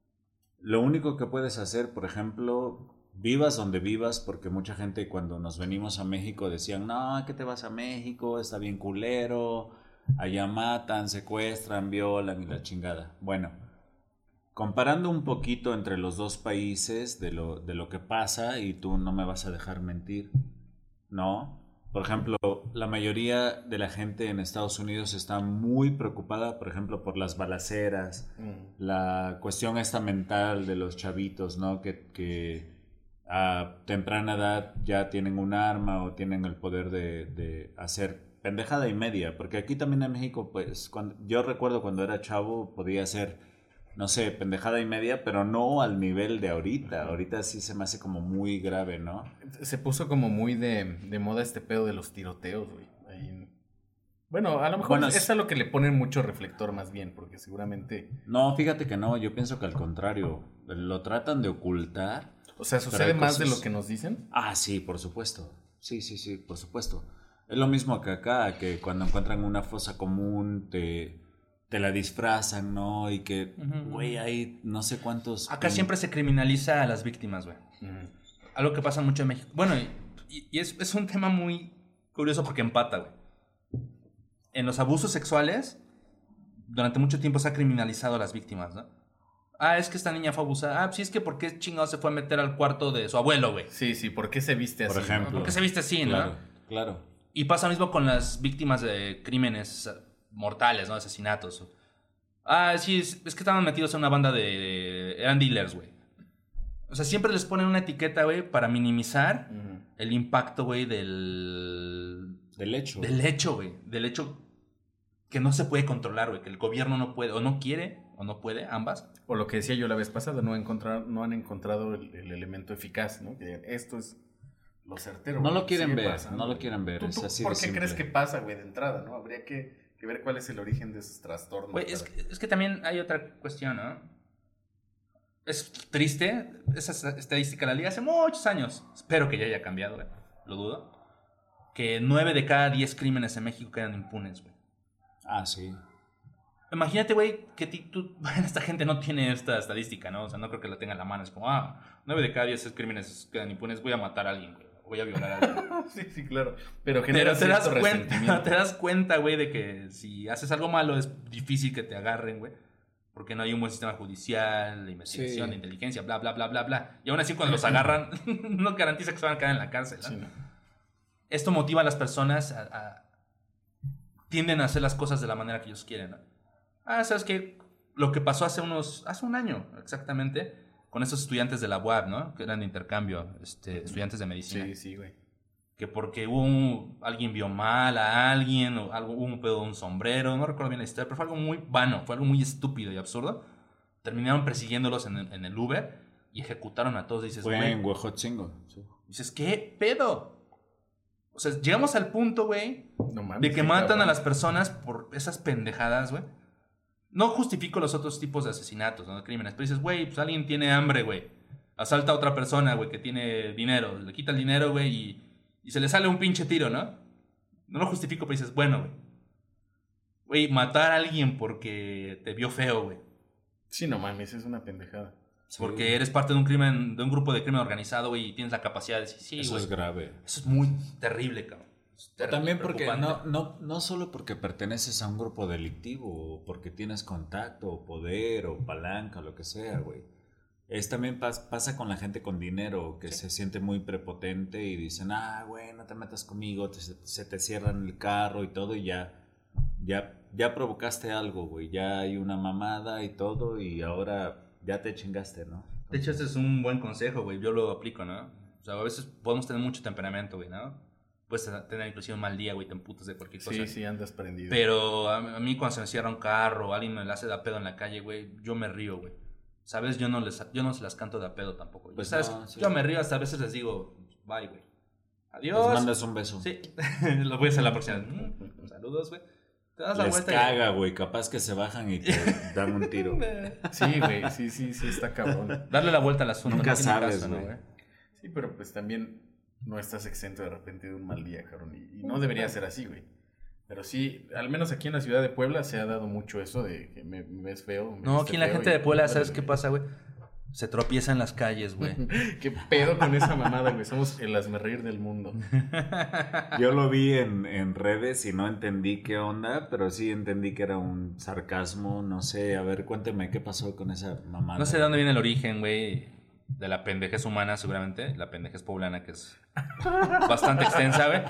lo único que puedes hacer, por ejemplo, vivas donde vivas, porque mucha gente cuando nos venimos a México decían, no, ¿qué te vas a México? Está bien culero, allá matan, secuestran, violan y la chingada. Bueno, comparando un poquito entre los dos países de lo, de lo que pasa, y tú no me vas a dejar mentir, ¿no? Por ejemplo, la mayoría de la gente en Estados Unidos está muy preocupada, por ejemplo, por las balaceras, Mm. la cuestión esta mental de los chavitos, ¿no? Que, que a temprana edad ya tienen un arma o tienen el poder de, de hacer pendejada y media, porque aquí también en México, pues, cuando, yo recuerdo cuando era chavo podía hacer, no sé, pendejada y media, pero no al nivel de ahorita. Ahorita sí se me hace como muy grave, ¿no? Se puso como muy de, de moda este pedo de los tiroteos, güey. Ahí en- Bueno, a lo mejor Bueno, es, es- es a lo que le ponen mucho reflector más bien, porque seguramente... No, fíjate que no, yo pienso que al contrario, lo tratan de ocultar. O sea, Pero ¿sucede hay más de cosas- lo que nos dicen? Ah, sí, por supuesto. Sí, sí, sí, por supuesto. Es lo mismo que acá, que cuando encuentran una fosa común te, te la disfrazan, ¿no? Y que, Ujú. güey, hay no sé cuántos... Acá siempre se criminaliza a las víctimas, güey. Ujú. Algo que pasa mucho en México. Bueno, y, y es, es un tema muy curioso porque empata, güey. En los abusos sexuales, durante mucho tiempo se ha criminalizado a las víctimas, ¿no? Ah, es que esta niña fue abusada. Ah, pues sí, es que ¿por qué chingado se fue a meter al cuarto de su abuelo, güey? Sí, sí, ¿por qué se viste Por así? ejemplo. ¿Por qué se viste así, Claro, no? claro. Y pasa lo mismo con las víctimas de crímenes mortales, ¿no? Asesinatos. Ah, sí, es, es que estaban metidos en una banda de... Eran dealers, güey. O sea, siempre les ponen una etiqueta, güey, para minimizar Ujú. el impacto, güey, del... Del hecho. Del hecho, güey. Del hecho que no se puede controlar, güey. Que el gobierno no puede, o no quiere, o no puede, ambas. O lo que decía yo la vez pasada, no, encontrar, no han encontrado el, el elemento eficaz, ¿no? Que esto es lo certero. No güey, lo quieren sigue ver, pasando. no lo quieren ver, ¿Tú, es tú así por de qué simple. crees que pasa, güey, de entrada, no? Habría que, que ver cuál es el origen de esos trastornos. Güey, es, para- que- es que también hay otra cuestión, ¿no? Es triste. Esa estadística la liga hace muchos años. Espero que ya haya cambiado, güey. Lo dudo. Que nueve de cada diez crímenes en México quedan impunes, güey. Ah, sí. Imagínate, güey, que ti- tú, bueno, esta gente no tiene esta estadística, ¿no? O sea, no creo que la tenga en la mano. Es como, ah, nueve de cada diez crímenes quedan impunes, voy a matar a alguien, güey. Voy a violar a alguien. Sí, sí, claro. Pero genera Pero te das cierto cuenta, resentimiento. te das cuenta, güey, de que si haces algo malo es difícil que te agarren, güey. Porque no hay un buen sistema judicial, de investigación, Sí. de inteligencia, bla, bla, bla, bla, bla. Y aún así cuando los agarran, no garantiza que se van a quedar en la cárcel, ¿no? Sí, ¿no? Esto motiva a las personas a, a- tienden a hacer las cosas de la manera que ellos quieren, ¿no? Ah, ¿sabes qué? Lo que pasó hace unos... Hace un año, exactamente. con esos estudiantes de la U A B, ¿no? Que eran de intercambio, este, estudiantes de medicina. Sí, sí, güey. Que porque hubo un, alguien vio mal a alguien, o algo, hubo un pedo de un sombrero, no recuerdo bien la historia, pero fue algo muy vano, fue algo muy estúpido y absurdo. Terminaron persiguiéndolos en el, en el Uber y ejecutaron a todos. Y dices, Fue güey, en Huejotzingo. Sí. dices, ¿qué pedo? O sea, llegamos al punto, güey, No mames, de que qué matan cabrón. a las personas por esas pendejadas, güey. No justifico los otros tipos de asesinatos, ¿no? De crímenes, pero dices, güey, pues alguien tiene hambre, güey. Asalta a otra persona, güey, que tiene dinero. Le quita el dinero, güey, y, y se le sale un pinche tiro, ¿no? No lo justifico, pero dices, bueno, güey. Güey, matar a alguien porque te vio feo, güey. Sí, no mames, es una pendejada. Porque Sí. eres parte de un crimen, de un grupo de crimen organizado, güey, y tienes la capacidad de decir, sí, Eso güey. es grave. Eso es muy terrible, cabrón. Es terrible, También porque no, preocupante. no, no solo porque perteneces a un grupo delictivo, o porque tienes contacto, o poder, o palanca, lo que sea, güey. Es también pas- pasa con la gente con dinero, que Sí. se siente muy prepotente y dicen, ah, güey, no te metas conmigo, te- se, se te cierran el carro y todo, y ya, ya, ya provocaste algo, güey. Ya hay una mamada y todo, y ahora ya te chingaste, ¿no? De hecho, este es un buen consejo, güey. Yo lo aplico, ¿no? O sea, a veces podemos tener mucho temperamento, güey, ¿no? Puedes tener inclusive un mal día, güey, te emputas de cualquier cosa. Sí, sí, andas prendido. Pero a, a mí cuando se me cierra un carro o alguien me la hace de a pedo en la calle, güey, yo me río, güey. ¿Sabes? Yo no, les, yo no se las canto de a pedo tampoco. Güey. Pues ¿Sabes? no, sí. Yo me río, hasta a veces les digo, bye, güey. Adiós. Les mandas un beso. Sí, lo voy a hacer la próxima. Mm, Saludos, güey. Te das la Les vuelta y- caga, güey. Capaz que se bajan y te dan un tiro. Sí, güey, sí, sí, sí, está cabrón. Darle la vuelta al asunto. Nunca no tiene sabes, caso, ¿no, güey. Sí, pero pues también no estás exento de repente de un mal día, cabrón. Y, y no debería ser así, güey. Pero sí, al menos aquí en la ciudad de Puebla se ha dado mucho eso de que me, me ves feo. me No, viste aquí en la feo gente y- de Puebla, ¿sabes qué pasa, güey? Se tropieza en las calles, güey. ¿Qué pedo con esa mamada, güey? Somos el hazmerreír del mundo. Yo lo vi en, en redes y no entendí qué onda, pero sí entendí que era un sarcasmo. No sé, a ver, cuénteme qué pasó con esa mamada. No sé de dónde viene el origen, güey, de la pendejez humana, seguramente. La pendejez poblana, que es bastante extensa, güey.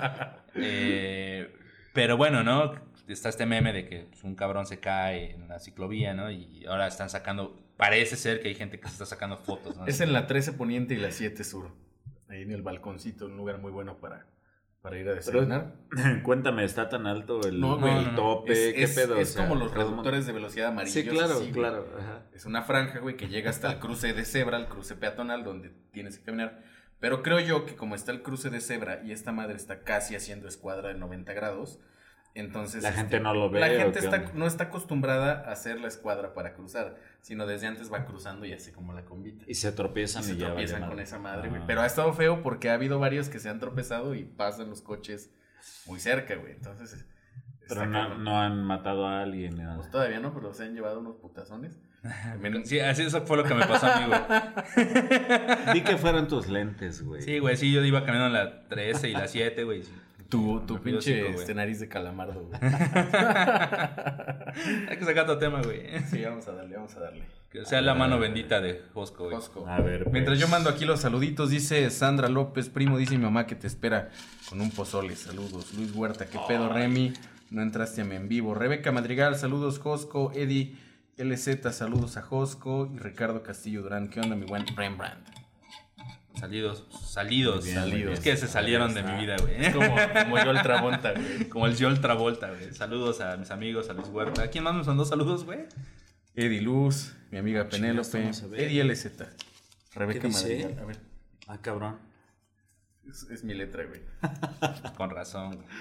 Eh, pero bueno, ¿no? Está este meme de que pues, un cabrón se cae en la ciclovía, ¿no? Y ahora están sacando... Parece ser que hay gente que se está sacando fotos, ¿no? Es en la trece Poniente y la siete Sur. Ahí en el balconcito, un lugar muy bueno para, para ir a desayunar. Cuéntame, ¿está tan alto el, No, güey, el no, no. tope? Es, ¿Qué es- pedo? es O sea, como los todo el reductores de velocidad mundo- amarillos. Sí, claro, así, güey. claro. Ajá. Es una franja, güey, que llega hasta el cruce de cebra, el cruce peatonal, donde tienes que caminar. Pero creo yo que como está el cruce de cebra y esta madre está casi haciendo escuadra de noventa grados, entonces... La este, gente no lo ve. La ¿o gente qué está, onda? no está acostumbrada a hacer la escuadra para cruzar, sino desde antes va cruzando y hace como la combita. Y se tropiezan Y y, se ya tropiezan vale con madre. esa madre, güey. Ah. Pero ha estado feo porque ha habido varios que se han tropezado y pasan los coches muy cerca, güey. Entonces... está Pero no, cabrón. no han matado a alguien. ni nada. Pues todavía no, pero se han llevado unos putazones. Men- Sí, así eso fue lo que me pasó a mí, güey. Di que fueron tus lentes, güey. Sí, güey, sí, yo iba caminando en la trece y la siete, güey. sí. Tu, tu Me pidió pinche cinco, güey. este, nariz de calamardo, güey. Hay que sacar otro tema, güey. Sí, vamos a darle, vamos a darle. Que sea la mano bendita de Josco, güey. Costco. A ver, pues. Mientras yo mando aquí los saluditos, dice Sandra López, primo, dice mi mamá que te espera con un pozole. Saludos. Luis Huerta, qué pedo, Remy. No entraste a mi en vivo. Rebeca Madrigal, saludos, Josco. Eddie L Z, saludos a Josco. Y Ricardo Castillo Durán, ¿qué onda, mi buen Rembrandt? Salidos, salidos. Muy bien, salidos. Es que se salieron de mi vida, güey. Es como, como yo el Travolta, güey. Como el Joel Travolta, güey. Saludos a mis amigos, a Luis Huerta. ¿A quién más me mandó saludos, güey? Eddie Luz, mi amiga Chinga, Penélope. esto no se ve. Eddie L Z. Rebeca ¿Qué dice? Madrigal. A ver, Ah, cabrón. es, es mi letra, güey. Con razón, güey.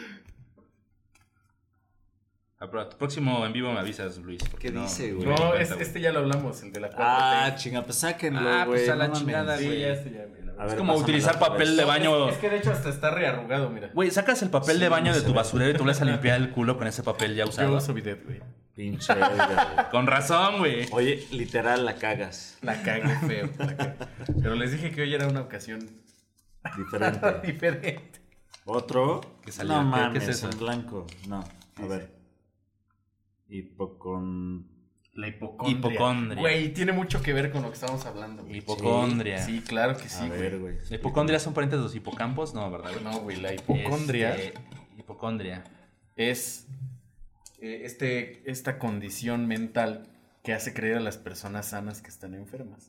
Ah, pero a tu próximo en vivo me avisas, Luis. porque ¿Qué no- dice, güey? me di No, cuenta, es- güey. este ya lo hablamos, el de la cuatro T. Ah, chinga, pues sáquenlo, güey. Ah, pues a la no mames. chingada, Sí, güey. ya este ya, güey, la A verdad. ver, Es como pásamela utilizar otra papel vez. de baño. Es, es que de hecho hasta está rearrugado, mira. Güey, sacas el papel Sí, de baño no de se tu ve. basurero y tú le vas a limpiar el culo con ese papel ya Yo usado. uso bidet, güey. Pinche verga, güey. Con razón, güey. Oye, literal la cagas. La cagué feo. la cagué. Pero les dije que hoy era una ocasión Diferente. diferente. Otro. ¿Qué salió? No ¿Qué- qué mames, es eso? en blanco. No, a ver. Hipocon... La hipocondria. Hipocondria. Güey, tiene mucho que ver con lo que estamos hablando, güey. Hipocondria. Sí, claro que sí, a ver, güey. güey. ¿La hipocondria son parientes de los hipocampos? No, ¿verdad, güey? No, güey, la hipocondria Este, hipocondria. es eh, este, esta condición mental que hace creer a las personas sanas que están enfermas.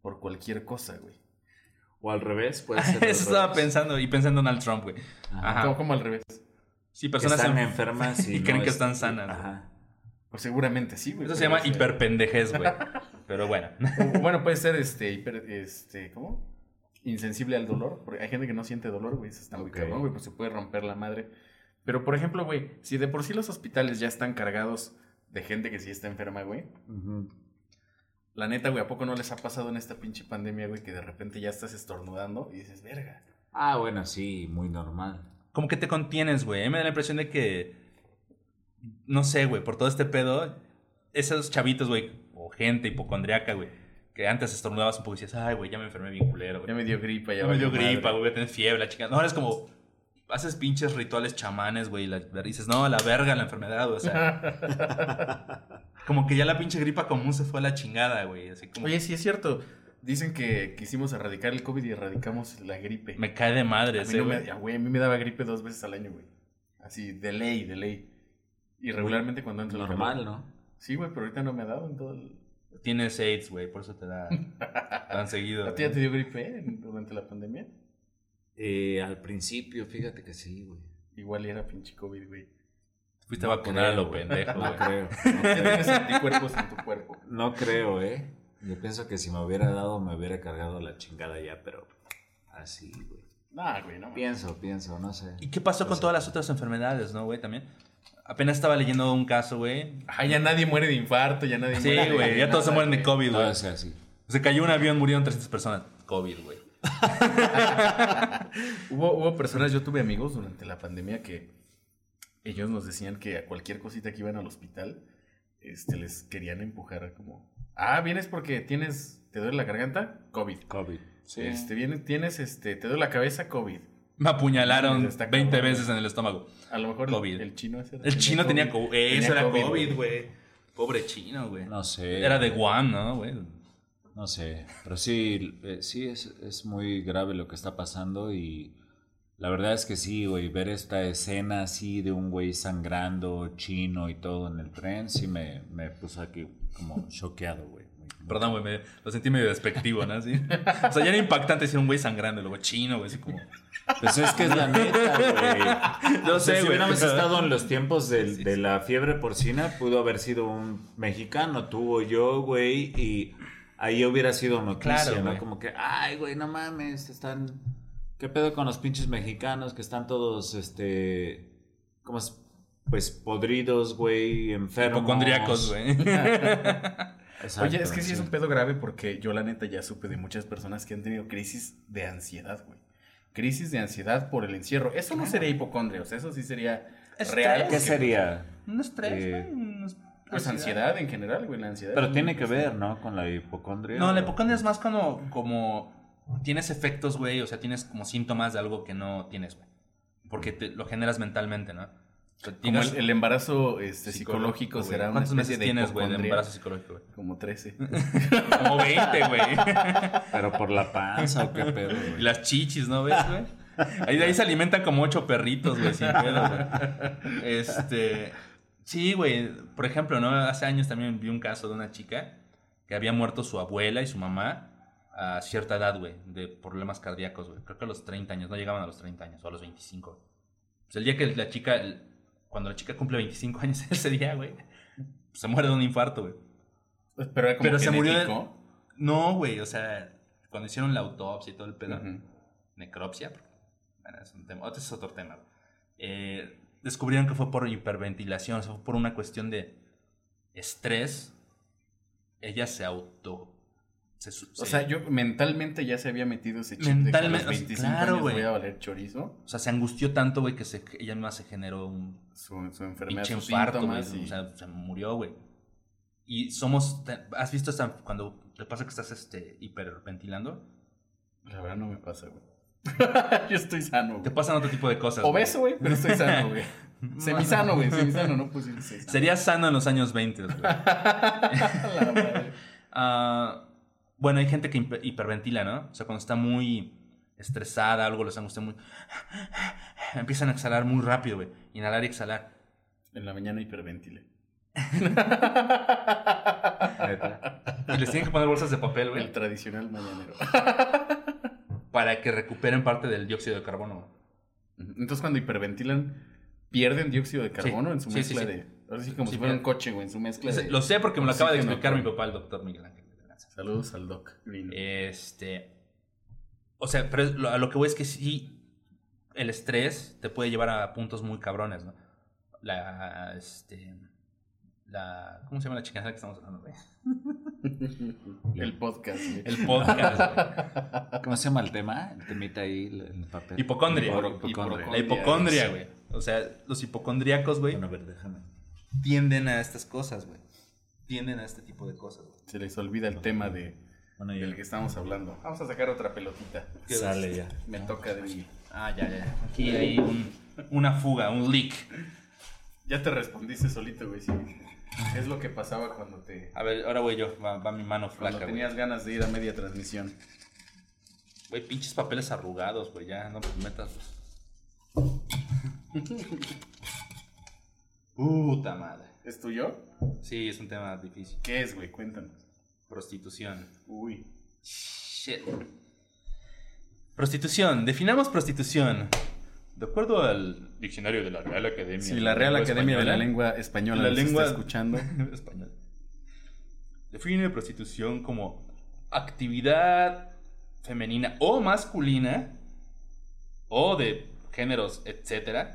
por cualquier cosa, güey. O al revés, puede ser. Eso estaba pensando, y pensé en Donald Trump, güey. Ajá. ¿Cómo, ¿Cómo al revés? Sí, personas están en... enfermas y, y no creen que es... están sanas. Ajá. Pues seguramente sí, güey. Eso se llama o sea... hiperpendejez, güey. Pero bueno. O, bueno, puede ser este, hiper, este, ¿cómo? Insensible al dolor. Porque hay gente que no siente dolor, güey. Eso está muy okay. cabrón, güey. Pues se puede romper la madre. Pero, por ejemplo, güey, si de por sí los hospitales ya están cargados de gente que sí está enferma, güey. Uh-huh. La neta, güey, ¿a poco no les ha pasado en esta pinche pandemia, güey, que de repente ya estás estornudando y dices, verga? Ah, bueno, sí, muy normal. Como que te contienes, güey. Me da la impresión de que, no sé, güey, por todo este pedo, esos chavitos, güey, o gente hipocondriaca, güey, que antes estornudabas un poco y decías, ay, güey, ya me enfermé bien culero, güey. Ya me dio gripa, ya, ya me dio gripa, güey, voy a tener fiebre, la chica. No, ahora es como, haces pinches rituales chamanes, güey, y la, dices, no, a la verga la enfermedad, güey, o sea... Como que ya la pinche gripa común se fue a la chingada, güey. Así como... Oye, sí es cierto. Dicen que quisimos erradicar el COVID y erradicamos la gripe. Me cae de madre a ese, mí no güey. Me, güey. A mí me daba gripe dos veces al año, güey. Así, de ley, de ley. Y regularmente cuando entro... Normal, ¿no? Sí, güey, pero ahorita no me ha dado en todo el... Tienes AIDS, güey, por eso te da tan seguido. ¿A ti ya te dio gripe eh, durante la pandemia? Eh, al principio, fíjate que sí, güey. Igual era pinche COVID, güey. Fuiste no a vacunar a lo pendejo, No güey. creo. No creo. Tienes anticuerpos en tu cuerpo. No creo, ¿eh? Yo pienso que si me hubiera dado, me hubiera cargado la chingada ya, pero así, güey. Nah, güey, no. Pienso, pienso, no sé. ¿Y qué pasó no con sé. todas las otras enfermedades, no, güey, también? Apenas estaba leyendo un caso, güey. Ah, ya nadie muere de infarto, ya nadie sí, muere de... Sí, güey, ya todos se mueren de COVID, güey. No, o sea, sí. Se cayó un avión, murieron trescientas personas. COVID, güey. hubo, hubo personas, yo tuve amigos durante la pandemia que... Ellos nos decían que a cualquier cosita que iban al hospital, este, les querían empujar como... Ah, ¿vienes porque tienes... ¿Te duele la garganta? COVID. COVID. Sí. Este, vienes, tienes, este... ¿Te duele la cabeza? COVID. Me apuñalaron Está veinte cabrón, veces en el estómago. A lo mejor COVID. El, el chino ese era, El chino tenía COVID. COVID. Tenía Eso era COVID, COVID, güey. Pobre chino, güey. No sé. Era de Guam, ¿no, güey? No sé. Pero sí, eh, sí es, es muy grave lo que está pasando y... La verdad es que sí, güey, ver esta escena así de un güey sangrando, chino y todo en el tren, sí me, me puso aquí como choqueado, güey. Perdón, güey, me, lo sentí medio despectivo, ¿no? ¿Sí? O sea, ya era impactante decir un güey sangrando, luego chino, güey, así como... Pues es que es la neta, güey. No sé, si güey. hubiéramos pero... estado en los tiempos de, sí, de sí. la fiebre porcina, pudo haber sido un mexicano, tú o yo, güey, y ahí hubiera sido noticia, Claro, ¿no? güey. Como que, ay, güey, no mames, están... ¿Qué pedo con los pinches mexicanos que están todos, este, como es, pues, podridos, güey, enfermos? Hipocondríacos, güey. Exacto, Oye, es que sí, sí es un pedo grave porque yo la neta ya supe de muchas personas que han tenido crisis de ansiedad, güey. Crisis de ansiedad por el encierro. Eso no sería hipocondria, o sea, eso sí sería Estrés. real. ¿Qué sería? Un estrés, Eh, güey. un es- Pues ansiedad en general, güey, la ansiedad. Pero tiene que ver, ¿no? Con la hipocondria. No, la hipocondria es más cuando como tienes efectos, güey, o sea, tienes como síntomas de algo que no tienes, güey. Porque te, lo generas mentalmente, ¿no? O sea, Como llegas- el, el embarazo este, psicológico, psicológico güey. será una ¿Cuántos especie meses de tienes, güey, de hipocondria. embarazo psicológico, güey? Como trece. Como veinte, güey. Pero por la panza o qué pedo, Y güey. las chichis, ¿no ves, güey? Ahí, de ahí se alimentan como ocho perritos, güey, sin pedo, güey. Este... Sí, güey. Por ejemplo, ¿no? Hace años también vi un caso de una chica que había muerto su abuela y su mamá a cierta edad, güey, de problemas cardíacos, güey. Creo que a los treinta años, no llegaban a los treinta años, o a los veinticinco. Pues el día que la chica, el- cuando la chica cumple veinticinco años, ese día, güey, se muere de un infarto, güey. Pero era como Pero se murió de... genético. No, güey, o sea, cuando hicieron la autopsia y todo el pedo, Ujú. necropsia, bueno, es un tema, otro es otro tema, güey. Eh, descubrieron que fue por hiperventilación, o sea, fue por una cuestión de estrés. Ella se auto... Se, su- O se- sea, yo mentalmente ya se había metido ese chip de que a Mentalmente, los o sea, veinticinco claro, años güey. voy a valer chorizo. o sea, se angustió tanto, güey, que se, ella misma se generó un Su, su enfermedad, pinche sus infarto, síntomas. güey. Y... O sea, se murió, güey. Y somos... te- ¿Has visto esta, cuando te pasa que estás este, hiperventilando? La verdad no me pasa, güey. Yo estoy sano, Te güey. pasan otro tipo de cosas. güey. Obeso, güey, pero estoy sano, güey. Semisano, güey, semisano, no pues sí, sí, sano. Serías sano en los años veinte, güey. La madre. Ah, bueno, hay gente que hiper- hiperventila, ¿no? O sea, cuando está muy estresada, algo les angustia muy... Empiezan a exhalar muy rápido, güey. Inhalar y exhalar. En la mañana hiperventile. Neta. Y les tienen que poner bolsas de papel, güey. El tradicional mañanero. Para que recuperen parte del dióxido de carbono. Entonces cuando hiperventilan, pierden dióxido de carbono sí. en su sí, mezcla sí, sí. de... Ahora sí como sí, si fuera bien. un coche, güey, en su mezcla de... Lo sé porque me lo acaba de oxígeno, explicar güey. mi papá, el doctor Miguel Ángel. Saludos al Doc Green. Este... O sea, pero lo- a lo que voy es que sí, el estrés te puede llevar a puntos muy cabrones, ¿no? La, este... La... ¿Cómo se llama la chingada que estamos hablando, güey? El podcast, güey. El podcast, güey. ¿Cómo se llama el tema? El temita ahí en el papel. Hipocondria. Hipo- Hipocondria. La hipocondria, güey. O sea, los hipocondríacos, güey, Bueno, a ver, déjame. tienden a estas cosas, güey. Tienden a este tipo de cosas, güey. Se les olvida el tema de, Bueno, ya. del que estamos hablando. Vamos a sacar otra pelotita. ¿Qué Sale ya. Me toca de mí. Ah, ya, ya. Aquí hay un- una fuga, un leak. Ya te respondiste solito, güey. Sí. Es lo que pasaba cuando te... A ver, ahora voy yo. Va, va mi mano Cuando flaca, güey. tenías ganas de ir a media transmisión. Güey, pinches papeles arrugados, güey. Ya, no metas. Puta madre. ¿Es tuyo? Sí, es un tema difícil. ¿Qué es, güey? Cuéntanos. Prostitución. Uy. Shit. Prostitución. Definamos prostitución. De acuerdo al diccionario de la Real Academia. Si la Real Academia de la Lengua Española La nos lengua- está escuchando. Español. Define prostitución como actividad femenina o masculina o de géneros, etcétera,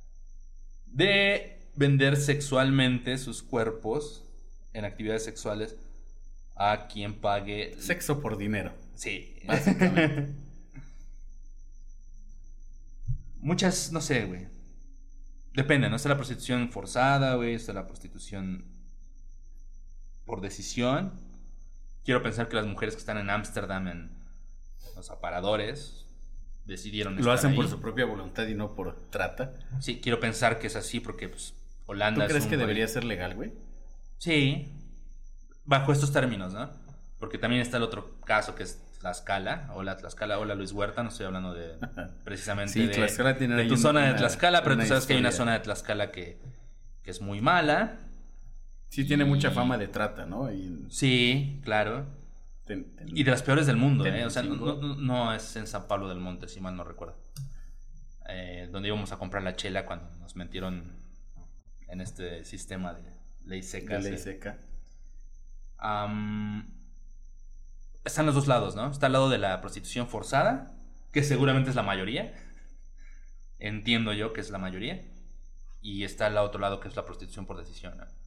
de vender sexualmente sus cuerpos en actividades sexuales a quien pague. Sexo por dinero. Sí. Básicamente. Muchas, no sé, güey. Depende, ¿no? Está la prostitución forzada, güey. Está la prostitución por decisión. Quiero pensar que las mujeres que están en Ámsterdam, en los aparadores, decidieron Lo estar hacen por ahí. su propia voluntad y no por trata. Sí, quiero pensar que es así porque, pues, ¿Tú Holanda es crees un que país- debería ser legal, güey? Sí. Bajo estos términos, ¿no? Porque también está el otro caso que es Tlaxcala. Hola, Tlaxcala. Hola, Luis Huerta. No estoy hablando de precisamente Sí, de, Tlaxcala tiene de ahí tu un- zona de una- Tlaxcala, pero una tú sabes que hay una historia. zona de Tlaxcala que, que es muy mala. Sí, tiene Y- mucha fama de trata, ¿no? Y, Sí, claro. ten- ten- Y de las peores del mundo, ¿eh? O sea, no, Tenancingo. no- no es en San Pablo del Monte, si mal no recuerdo. Eh, donde íbamos a comprar la chela cuando nos metieron en este sistema de ley seca. de ley sí. seca. Am, están los dos lados, ¿no? Está al lado de la prostitución forzada, que seguramente es la mayoría. Entiendo yo que es la mayoría. Y está al otro lado que es la prostitución por decisión, ¿no?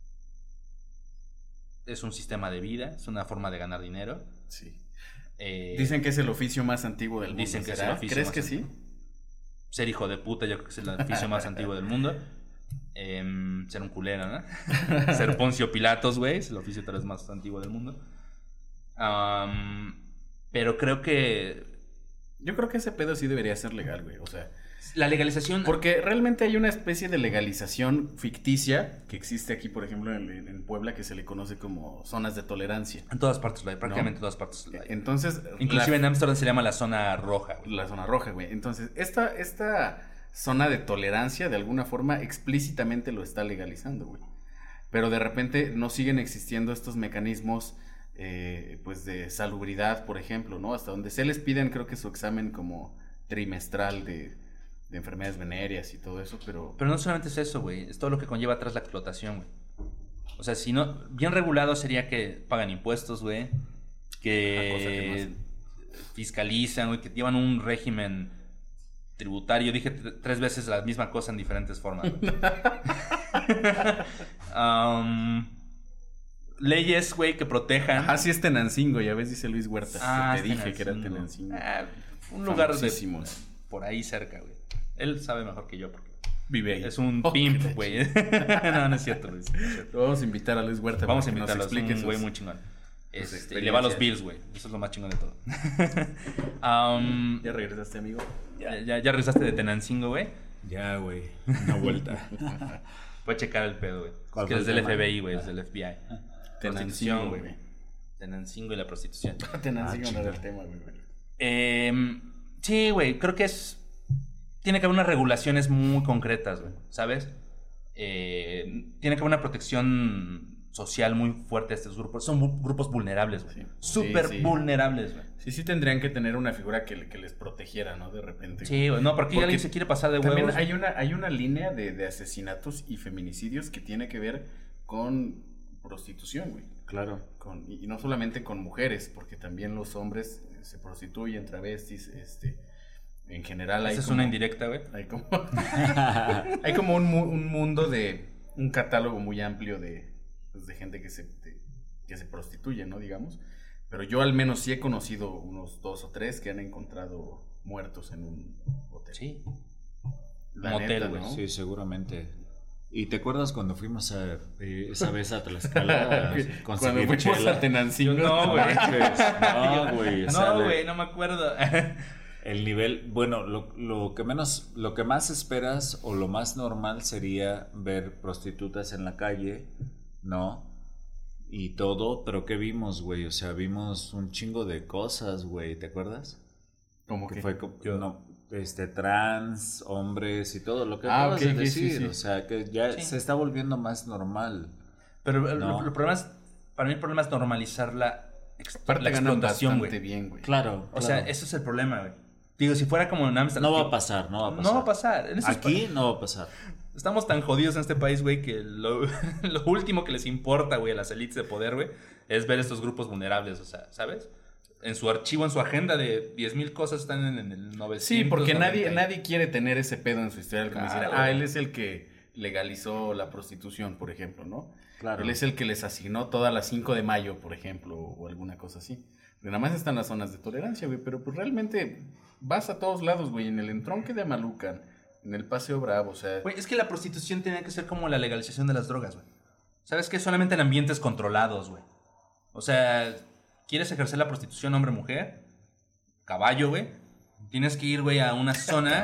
Es un sistema de vida, es una forma de ganar dinero. Sí. Eh, Dicen que es el oficio más antiguo del mundo. dicen que es ¿será? el oficio ¿Crees más que sí? Ser hijo de puta, yo creo que es el oficio más antiguo del mundo. Em, ser un culero, ¿no? Ser Poncio Pilatos, güey, es el oficio tal vez más antiguo del mundo. Am, pero creo que Yo creo que ese pedo sí debería ser legal, güey. O sea, la legalización... porque realmente hay una especie de legalización ficticia que existe aquí, por ejemplo, en, en Puebla, que se le conoce como zonas de tolerancia. En todas partes lo hay, prácticamente en todas partes lo hay. Entonces, Inclusive la, en Ámsterdam se llama la zona roja, güey. la zona roja, güey. Entonces, esta, esta zona de tolerancia, de alguna forma, explícitamente lo está legalizando, güey. Pero de repente no siguen existiendo estos mecanismos, eh, pues, de salubridad, por ejemplo, ¿no? Hasta donde se les piden, creo que su examen como trimestral de, de enfermedades venéreas y todo eso, pero... Pero no solamente es eso, güey, es todo lo que conlleva atrás la explotación, güey. O sea, si no, bien regulado sería que pagan impuestos, güey, Ah, cosa que que fiscalizan, güey, que llevan un régimen tributario. Dije t- tres veces la misma cosa en diferentes formas. güey. Am, leyes, güey, que protejan. Ah, sí es Tenancingo, ya ves, dice Luis Huerta. Ah, que te es dije que era Tenancingo. Tenancingo. Ah, un lugar de, Famosísimo. por ahí cerca, güey. Él sabe mejor que yo porque Vive ahí. es un Oh, pimp, qué güey. no, no es cierto, Luis. no es cierto. Lo vamos a invitar a Luis Huerta Vamos a para que nos invitarlo, es explique un sus- güey muy chingón. sus Este, y le va a los experiencias. Bills, güey. Eso es lo más chingón de todo. Am, ¿Ya regresaste, amigo? ya, ya, ya regresaste de Tenancingo, güey. Ya, güey. Una vuelta. Puedes checar el pedo, güey. Es ¿Cuál que fue es el del tema? F B I, güey, es del F B I. Tenancingo, Prostitución, güey. güey. Tenancingo y la prostitución. Tenancingo Ah, no era el chinga. tema, güey. Eh, sí, güey, creo que es... Tiene que haber unas regulaciones muy concretas, güey, ¿sabes? Eh, tiene que haber una protección social muy fuerte a estos grupos. Son bu- grupos vulnerables, güey. Sí. Súper Sí, sí. vulnerables, güey. Sí, sí tendrían que tener una figura que, que les protegiera, ¿no? De repente. Sí, güey. No, porque, Porque alguien se quiere pasar de También huevos. hay una, hay una línea de, de asesinatos y feminicidios que tiene que ver con prostitución, güey. Claro. Con, y, y no solamente con mujeres, porque también los hombres eh, se prostituyen, travestis, este, en general hay Esa es como, una indirecta, güey. hay como, hay como un, mu- un mundo de, un catálogo muy amplio de, pues, de gente que se, de- que se prostituye, ¿no? Digamos, pero yo al menos sí he conocido unos dos o tres que han encontrado muertos en un hotel. Sí. La Motel, neta, güey. ¿no? Sí, seguramente. ¿Y te acuerdas cuando fuimos a, eh, esa vez a Tlaxcala a Cuando conseguir fuimos chela? a Tenancingo. No, güey. No, güey. o sea, No, de- güey, no me acuerdo. El nivel, bueno, lo, lo que menos, lo que más esperas o lo más normal sería ver prostitutas en la calle, ¿no? Y todo, pero ¿qué vimos, güey? O sea, vimos un chingo de cosas, güey, ¿te acuerdas? Como Que que fue como, Yo- no, este, trans, hombres y todo lo que Ah, acabas ok, de ok, sí, decir, sí. o sea, que ya Sí. se está volviendo más normal. Pero el, No. el problema es, para mí el problema es normalizar la, ex- aparte la ganan explotación, bastante güey. bien, güey. Claro, O sea, eso es el problema, güey. Digo, si fuera como en Amsterdam. no va que- a pasar, no va a pasar. No va a pasar. En estos Aquí no va a pasar. pa- Estamos tan jodidos en este país, güey, que lo, lo último que les importa, güey, a las élites de poder, güey, es ver estos grupos vulnerables, o sea, ¿sabes? En su archivo, en su agenda de diez mil cosas están en, en el novecientos. Sí, porque nadie, noventa y- nadie quiere tener ese pedo en su historial. Como Claro, decir, ah, güey. él es el que legalizó la prostitución, por ejemplo, ¿no? Claro. Él es el que les asignó todas las cinco de mayo, por ejemplo, o alguna cosa así. Porque nada más están las zonas de tolerancia, güey, pero pues realmente vas a todos lados, güey, en el entronque de Amalucan, en el Paseo Bravo, o sea... Güey, es que la prostitución tenía que ser como la legalización de las drogas, güey. ¿Sabes qué? Solamente en ambientes controlados, güey. O sea, ¿quieres ejercer la prostitución hombre-mujer? Caballo, güey. Tienes que ir, güey, a una zona...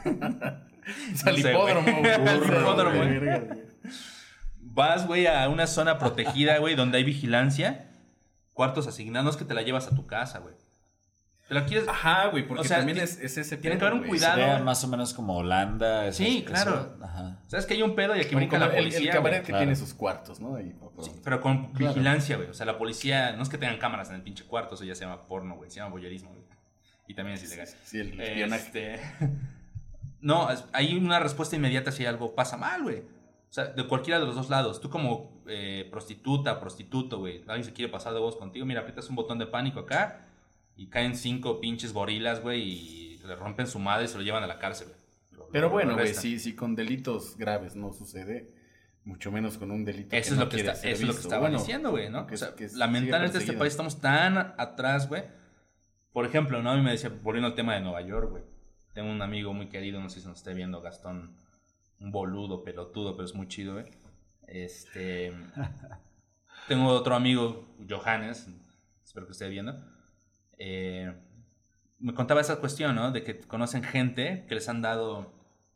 al no sé, hipódromo, güey. güey. Al hipódromo, güey. Verga, güey. Vas, güey, a una zona protegida, güey, donde hay vigilancia. Cuartos asignados que te la llevas a tu casa, güey. ¿Te la quieres...? Ajá, güey, porque O sea, también ti- es, es ese tiene pedo, que haber un güey. cuidado. Sería güey. más o menos como Holanda. esas- Sí, claro. eso, ajá. ¿Sabes que hay un pedo y aquí Como brinca como la el- policía, el, güey? cabaret que claro. tiene sus cuartos, ¿no? Ahí, por- por- Sí, pero con Claro. vigilancia, güey. O sea, la policía, no es que tengan cámaras en el pinche cuarto, eso ya se llama porno, güey. Se llama voyerismo, güey. Y también es ilegal. Sí, el espionaje. Este... No, es- hay una respuesta inmediata si algo pasa mal, güey. O sea, de cualquiera de los dos lados. Tú como eh, prostituta, prostituto, güey. Alguien se quiere pasar de voz contigo. Mira, aprietas un botón de pánico acá y caen cinco pinches gorilas, güey, y le rompen su madre y se lo llevan a la cárcel, güey. Lo- Pero lo- bueno, lo güey, arrestan. si, si con delitos graves no sucede, mucho menos con un delito Eso que es no lo que, quiere está, ser eso es lo que visto. estaba Bueno, diciendo, güey, ¿no? que O sea, es- que es- lamentablemente sigue este perseguido. país estamos tan atrás, güey. Por ejemplo, ¿no? A mí me decía, volviendo al tema de Nueva York, güey. Tengo un amigo muy querido, no sé si nos esté viendo, Gastón. Un boludo, pelotudo, pero es muy chido, güey. Este... Tengo otro amigo, Johannes, espero que esté viendo. Eh, me contaba esa cuestión, ¿no? De que conocen gente que les han dado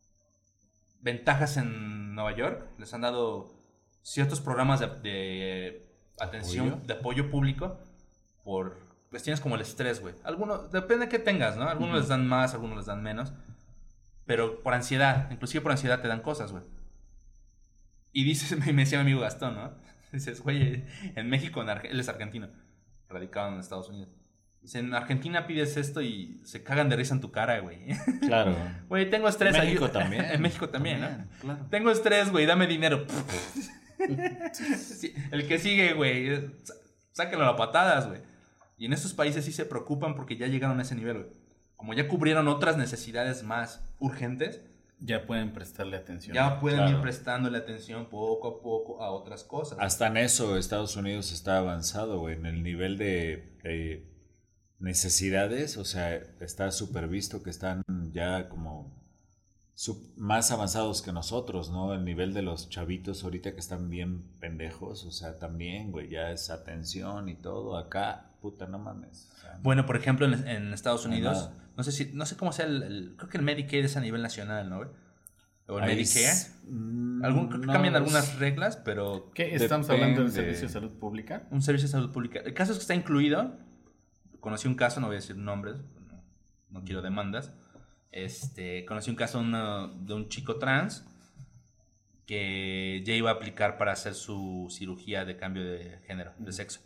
ventajas en Nueva York, les han dado ciertos programas de, de atención, ¿Apoyo? de apoyo público por cuestiones como el estrés, güey. Algunos, depende de qué tengas, ¿no? Algunos Ujú. les dan más, algunos les dan menos. Pero por ansiedad, inclusive por ansiedad te dan cosas, güey. Y dices, me decía mi amigo Gastón, ¿no? Dices, güey, en México, en Arge- él es argentino, radicado en Estados Unidos. Dice, en Argentina pides esto y se cagan de risa en tu cara, güey. Claro. Güey, tengo estrés. En México ayú- también. En México también, ¿no? Claro. Tengo estrés, güey, dame dinero. Sí, el que sigue, güey, sá- sáquenlo a patadas, güey. Y en estos países sí se preocupan porque ya llegaron a ese nivel, güey. Como ya cubrieron otras necesidades más urgentes, Ya pueden prestarle atención. ya pueden Claro. ir prestándole atención poco a poco a otras cosas. Hasta en eso Estados Unidos está avanzado, güey, en el nivel de eh, necesidades, o sea, está súper visto que están ya como sup- más avanzados que nosotros, ¿no? El nivel de los chavitos ahorita que están bien pendejos, o sea, también, güey, ya es atención y todo, acá, puta, no mames. O sea, Bueno, por ejemplo, en, en Estados No hay Unidos, nada. no sé si, no sé cómo sea el, el- creo que el Medicaid es a nivel nacional, ¿no, güey? O el ahí Medicare. es- mm, Algún, creo que no, cambian es- algunas reglas, pero ¿Qué? ¿Estamos hablando del Depende. servicio de salud pública? un servicio de salud pública. El caso es que está incluido. Conocí un caso, no voy a decir nombres, no, no quiero demandas. Este, conocí un caso de, una- de un chico trans que ya iba a aplicar para hacer su cirugía de cambio de género, de sexo.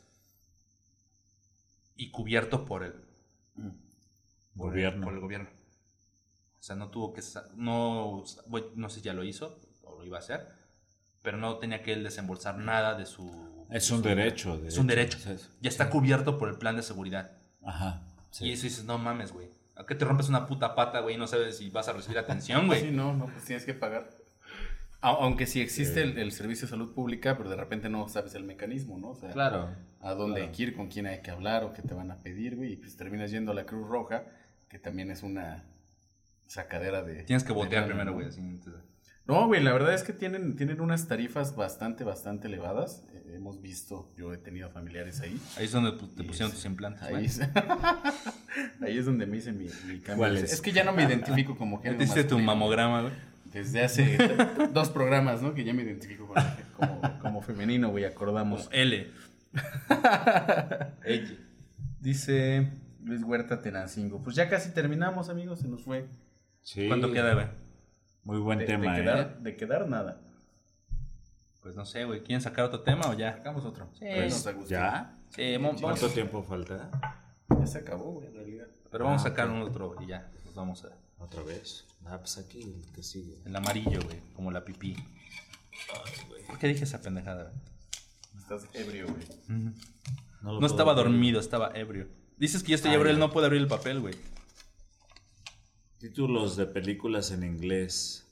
Y cubierto por el por gobierno. El, por el gobierno. O sea, no tuvo que... No, no sé si ya lo hizo o lo iba a hacer, pero no tenía que él desembolsar nada de su... Es de un su, derecho. Es derecho un derecho. Es, ya está sí. cubierto por el plan de seguridad. Ajá. Sí. Y eso dices, no mames, güey. ¿A qué te rompes una puta pata, güey? Y no sabes si vas a recibir atención, güey. Sí, no, no, pues tienes que pagar. Aunque sí existe el, el servicio de salud pública, pero de repente no sabes el mecanismo, ¿no? O sea, claro. A dónde claro. hay que ir, con quién hay que hablar o qué te van a pedir, güey. Y pues terminas yendo a la Cruz Roja, que también es una sacadera de... Tienes que voltear de lana, primero, ¿no? güey. Así, entonces... No, güey, la verdad es que tienen, tienen unas tarifas bastante, bastante elevadas. Eh, hemos visto, yo he tenido familiares ahí. Ahí es donde te pusieron es, tus implantes, ahí güey. es, ahí es donde me hice mi, mi cambio. ¿Cuál es? es? es que ya no me identifico como género Te hiciste tu masculino. mamograma, güey. Desde hace dos programas, ¿no? Que ya me identifico con, como, como femenino, güey, acordamos. Como L. Ella. Dice Luis Huerta Tenancingo. Pues ya casi terminamos, amigos, se nos fue. Sí. ¿Cuánto queda, güey? Muy buen de, tema, de quedar, ¿eh? De quedar nada. Pues no sé, güey. ¿Quieren sacar otro tema o ya? Sacamos otro. Sí. Pues, Agustín. ¿Ya? Sí, mo- ¿Cuánto vamos. tiempo falta? Ya se acabó, güey, en realidad. Pero vamos Ah, a sacar ok. un otro y ya. Nos vamos a... ¿Otra vez? Ah, pues aquí el que sigue. El amarillo, güey. Como la pipí. Ay, güey. ¿Por qué dije esa pendejada, güey? Estás ebrio, güey. No, lo no puedo estaba creer. dormido, estaba ebrio. Dices que yo estoy Ah, ebrio, ya. él no puede abrir el papel, güey. Títulos de películas en inglés.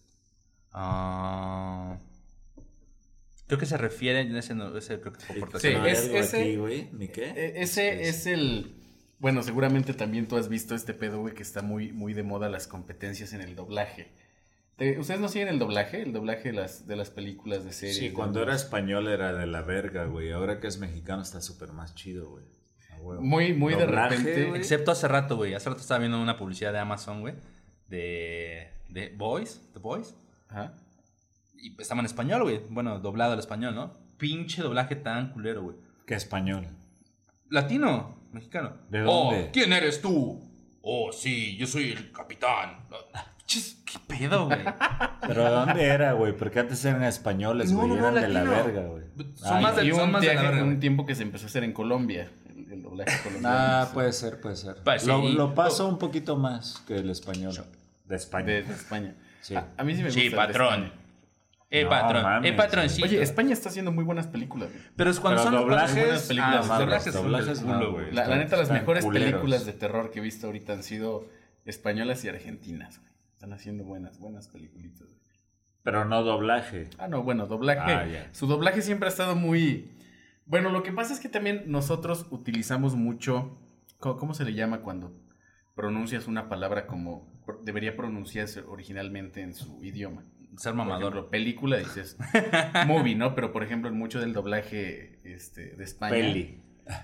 Ah... Creo que se refiere, ese, no, ese creo que fue por Sí, ¿No es- hay algo ese- aquí, güey? ¿Ni qué? E- Ese es el... Bueno, seguramente también tú has visto este pedo, güey, que está muy, muy de moda las competencias en el doblaje. ¿Te- ¿Ustedes no siguen el doblaje? El doblaje de las, de las películas, de series. Sí, de cuando era animes. español era de la verga, güey. Ahora que es mexicano está súper más chido, güey. A huevo. Muy, muy de Doblaje, repente... güey. Excepto hace rato, güey. Hace rato estaba viendo una publicidad de Amazon, güey. De... De Boys. The Boys. Ajá. Y estaba en español, güey. Bueno, doblado al español, ¿no? Pinche doblaje tan culero, güey. ¿Qué español? Latino, mexicano. ¿De dónde? Oh, ¿quién eres tú? Oh, sí, yo soy el capitán. Chis, ¿qué pedo, güey? ¿Pero de dónde era, güey? Porque antes eran españoles, No, güey. no, no, eran de la latino. verga, güey. Son Ay, más de- Y hubo son un, más de la viaje- verga, un güey. tiempo que se empezó a hacer en Colombia, el, el doblaje colombiano. Ah, puede ser, puede ser. Pues sí. Lo, lo paso un poquito más que el español. De España. De, de España. Sí. A, a mí sí me gusta Sí, el de patrón. España. Eh, No, patrón. mames, eh, patroncito. Oye, España está haciendo muy buenas películas, güey. Pero es cuando Pero son doblajes, doblajes... buenas películas, ah, los mames, doblajes son doblajes del culo, no, güey. La, la neta, las están mejores culeros. películas de terror que he visto ahorita han sido españolas y argentinas, güey. Están haciendo buenas, buenas peliculitas, güey. Pero no doblaje. Ah, no, bueno, doblaje. Ah, ya. Su doblaje siempre ha estado muy... Bueno, lo que pasa es que también nosotros utilizamos mucho... ¿Cómo, cómo se le llama cuando pronuncias una palabra como pro- debería pronunciarse originalmente en su idioma? Ser Por mamador. ejemplo, película dices movie, ¿no? Pero por ejemplo, en mucho del doblaje este, de España. Peli.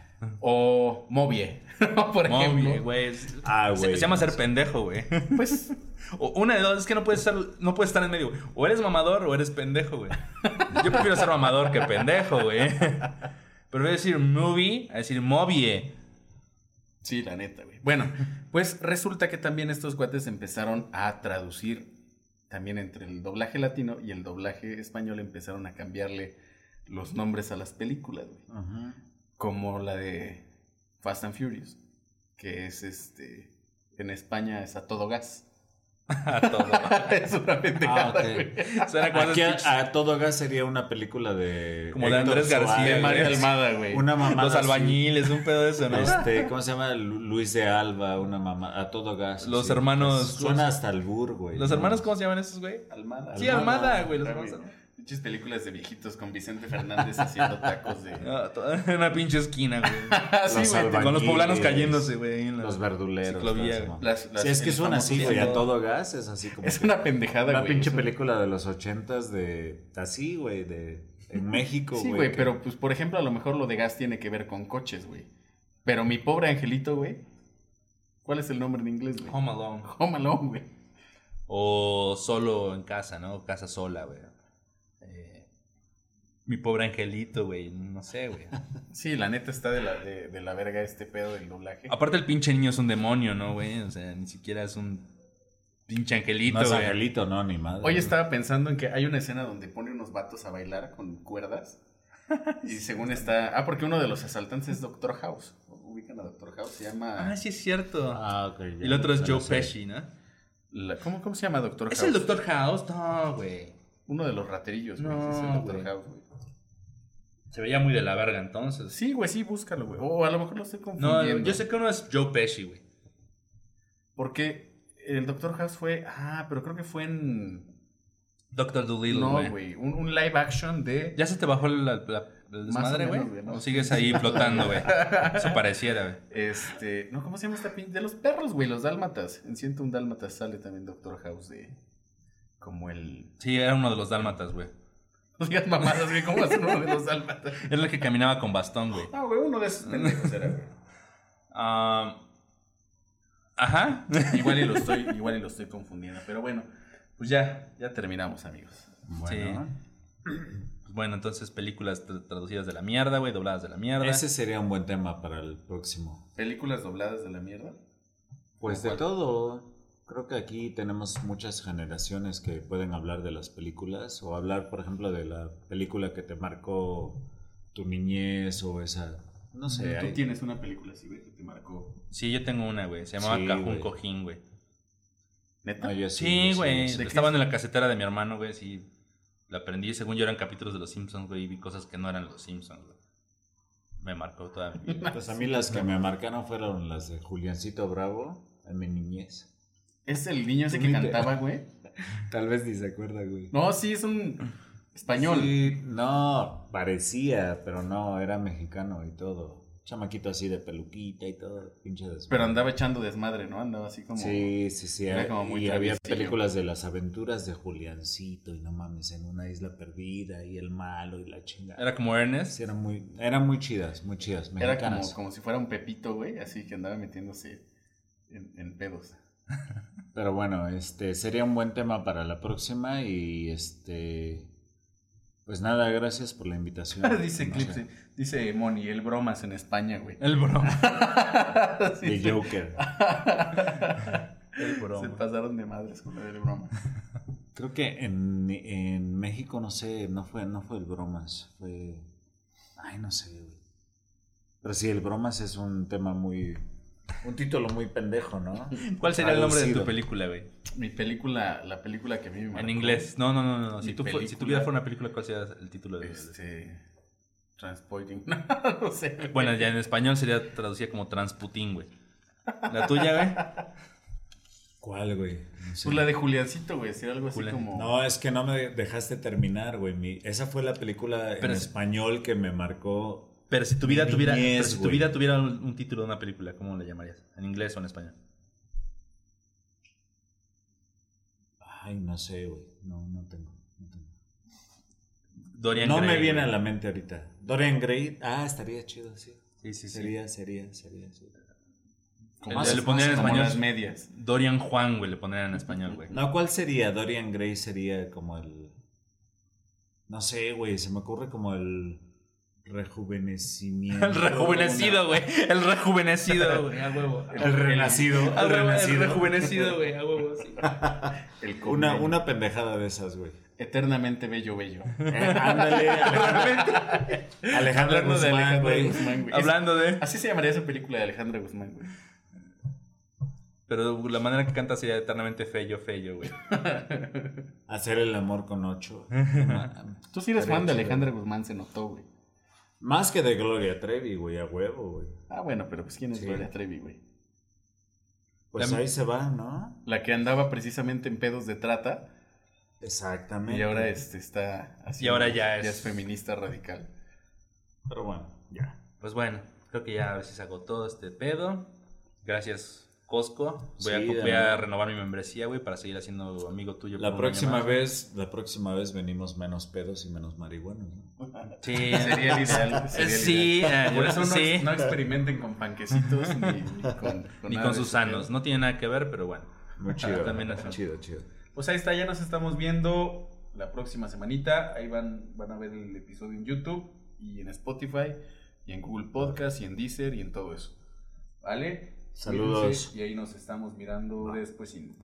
O movie, ¿no? Por ejemplo. Movie, güey. es- Ah, se, güey. se llama ser pendejo, güey. Pues O una de dos, es que no puedes estar, no puedes estar en medio, güey. O eres mamador o eres pendejo, güey. Yo prefiero ser mamador que pendejo, güey. Prefiero decir movie a decir movie. sí, la neta, güey. Bueno, pues resulta que también estos cuates empezaron a traducir también entre el doblaje latino y el doblaje español, empezaron a cambiarle los nombres a las películas, güey. Ajá. Como la de Fast and Furious, que es este en España es a todo gas. A todo. Es una pendejada, Ah, ok. güey. Suena como Aquí esos a, a todo gas sería una película de... Como de Héctor Andrés García, Suárez, De Mario güey. Almada, güey. Una mamada los así. albañiles, un pedo de eso, ¿no? Este, ¿cómo se llama? Lu- Luis de Alba, una mamá, a todo gas. Los sí. hermanos- Pues suena hasta el bur, güey. ¿Los ¿no? hermanos cómo se llaman esos, güey? Almada. Sí, Almada. Almada, güey. Los Ah, hermanos güey. Almada. Muchas películas de viejitos con Vicente Fernández haciendo tacos de... Ah, toda- en una pinche esquina, güey. Ah, sí, Los güey. albañiles. Con los poblanos cayéndose, güey. ahí en la Los verduleros. ciclovía, todo eso, güey. ¿no? Las- las- Sí, es que el suena así, famoso güey. A ciento- todo gas es así como. Es que una pendejada, una güey. pinche Es un- película de los ochentas de. Así, güey. De. En México, güey. Sí, güey, que- pero pues por ejemplo a lo mejor lo de gas tiene que ver con coches, güey. Pero mi pobre angelito, güey. ¿Cuál es el nombre en inglés, güey? Home Alone. Home Alone, güey. O solo en casa, ¿no? Casa sola, güey. Eh, mi pobre angelito, güey. No sé, güey. Sí, la neta está de la, de, de la verga este pedo del doblaje. Aparte el pinche niño es un demonio, ¿no, güey? O sea, ni siquiera es un pinche angelito, No es güey. angelito, no, ni madre. Hoy estaba pensando en que hay una escena donde pone unos unos vatos a bailar con cuerdas. Y según está... Ah, porque uno de los asaltantes es Doctor House. Ubican a Doctor House, se llama... Ah, sí es cierto. Ah, ok. Y el otro es Joe Pesci, ¿no? La... ¿Cómo, ¿Cómo se llama Doctor House? ¿Es el Doctor House? No, güey. Uno de los raterillos, güey. No, es el Doctor güey. House, güey. Se veía muy de la verga entonces. Sí, güey, sí, búscalo, güey. O a lo mejor lo estoy No, confundiendo. yo sé que uno es Joe Pesci, güey. Porque el Doctor House fue... Ah, pero creo que fue en... Doctor Dolittle, No, güey. güey. Un, un live action de... ¿Ya se te bajó la, la, el Más o desmadre, güey? menos, güey, ¿no? ¿O sigues ahí flotando, güey? Eso pareciera, güey. Este... No, ¿cómo se llama esta pin? De los perros, güey. Los dálmatas. En ciento uno Dálmatas sale también Doctor House de... Como el... Sí, era uno de los dálmatas, güey. No digas mamadas, güey. ¿Cómo va a ser uno de los dálmatas? Era el que caminaba con bastón, güey. No, güey. Uno de esos pendejos era, güey. Ah... Ajá. Igual y lo estoy, igual y lo estoy confundiendo. Pero bueno, pues ya, ya terminamos, amigos. Bueno, Pues bueno, entonces películas tra- traducidas de la mierda, güey, dobladas de la mierda. ese sería un buen tema para el próximo. ¿Películas dobladas de la mierda? Pues de ¿Cuál? todo. Creo que aquí tenemos muchas generaciones que pueden hablar de las películas o hablar, por ejemplo, de la película que te marcó tu niñez o esa... No sé. Tú hay- tienes una película así, güey, que te marcó. Sí, yo tengo una, güey. Se llamaba Sí, Cajun güey. Cojín, güey. ¿Neta? Ah, yo Sí, yo güey. sí. ¿De qué Estaban es? en la casetera de mi hermano, güey. Sí. La aprendí. Según yo eran capítulos de los Simpsons, güey. Y vi cosas que no eran los Simpsons, güey. Me marcó toda mi vida. Pues a mí las que me marcaron fueron las de Juliancito Bravo en mi niñez. Es el niño ese Tú que ni te- cantaba, güey. Tal vez ni se acuerda, güey. No, sí, es un español. Sí, no, parecía, pero no, era mexicano y todo. Chamaquito así de peluquita y todo, pinche desmadre. Pero andaba echando desmadre, ¿no? Andaba así como... Sí, sí, sí. Era como muy y había traviesillo. películas de las aventuras de Juliancito y no mames, en una isla perdida y el malo y la chingada. Era como Ernest. Sí, eran muy, eran muy chidas, muy chidas, Era mexicanas. como, como si fuera un Pepito, güey. Así que andaba metiéndose en, en pedos. Pero bueno, este sería un buen tema para la próxima y este pues nada, gracias por la invitación. dice No sé. Clipse, dice Moni, el bromas en España, güey. El broma. Sí, The sí. Joker. El Se broma. pasaron de madres con la del broma. Creo que en, en México, no sé, no fue, no fue el Bromas, fue... Ay, no sé, güey. Pero sí, el Bromas es un tema muy... Un título muy pendejo, ¿no? ¿Cuál sería el nombre de tu Traducido. película, güey? Mi película, la película que a mí me marcó. En inglés. No, no, no, no. Si, Mi tú fu- si película. tu vida fuera una película, ¿cuál sería el título de Este... Transporting. no sé. güey. Bueno, ya en español sería traducida como Transputín, güey. ¿La tuya, güey? ¿Cuál, güey? No sé. Pues la de Juliancito, güey. Sería algo así Julián. como... No, es que no me dejaste terminar, güey. Mi- Esa fue la película Pero en es- español que me marcó... Pero si tu vida Mi tuviera, niñez, pero si tu güey. vida tuviera un, un título de una película, ¿cómo le llamarías? ¿En inglés o en español? Ay, no sé, güey. No, no tengo. No, tengo. Dorian No Gray, me viene güey. a la mente ahorita. Dorian Gray. Ah, estaría chido, sí. Sí, sí, sí. Sería, sería, sería, sí. como Le- más- le pondrían en como español. las medias. Dorian Juan, güey, le pondrían en español, güey. No, ¿cuál sería? Dorian Gray sería como el... No sé, güey, se me ocurre como el rejuvenecimiento. El rejuvenecido, güey. El rejuvenecido, güey. A huevo. El renacido. A El huevo, el renacido. rejuvenecido, güey. A huevo, sí. El Una, convenio. una pendejada de esas, güey. Eternamente bello, bello. Eh, ándale, Alejandro, Alejandra Hablando de Guzmán, Alejandra güey. Guzmán, güey. Hablando de... Así se llamaría esa película de Alejandra Guzmán, güey. Pero la manera que canta sería eternamente fello, fello, güey. Hacer el amor con ocho. No mames. Tú sí eres Estaría fan de chido. Alejandra Guzmán, se notó, güey. Más que de Gloria Trevi, güey, a huevo, güey. Ah, bueno, pero pues ¿quién es Sí. Gloria Trevi, güey? Pues La- ahí se va, ¿no? La que andaba precisamente en pedos de trata Exactamente. y ahora este está así. Y ahora ya ya es- es feminista radical. Pero bueno, ya. Pues bueno, creo que ya a ver si se agotó este pedo. Gracias, Costco. Voy, a, Sí, voy de a verdad. renovar mi membresía, güey, para seguir haciendo amigo tuyo. La por un próxima año más. vez, la próxima vez venimos menos pedos y menos marihuanos, ¿no? Sí, Sería el ideal. Sería el sí, ideal. eh, Por yo- eso no, sí. no experimenten con panquecitos ni, ni con, Ni nada con de sus ese sanos. pedo. No tiene nada que ver, pero bueno. Muy chido. también eso. Chido, chido. Pues ahí está, ya nos estamos viendo la próxima semanita. Ahí van, van a ver el episodio en YouTube y en Spotify y en Google Podcast y en Deezer y en todo eso. ¿Vale? Saludos. Cuídense, y ahí nos estamos mirando después.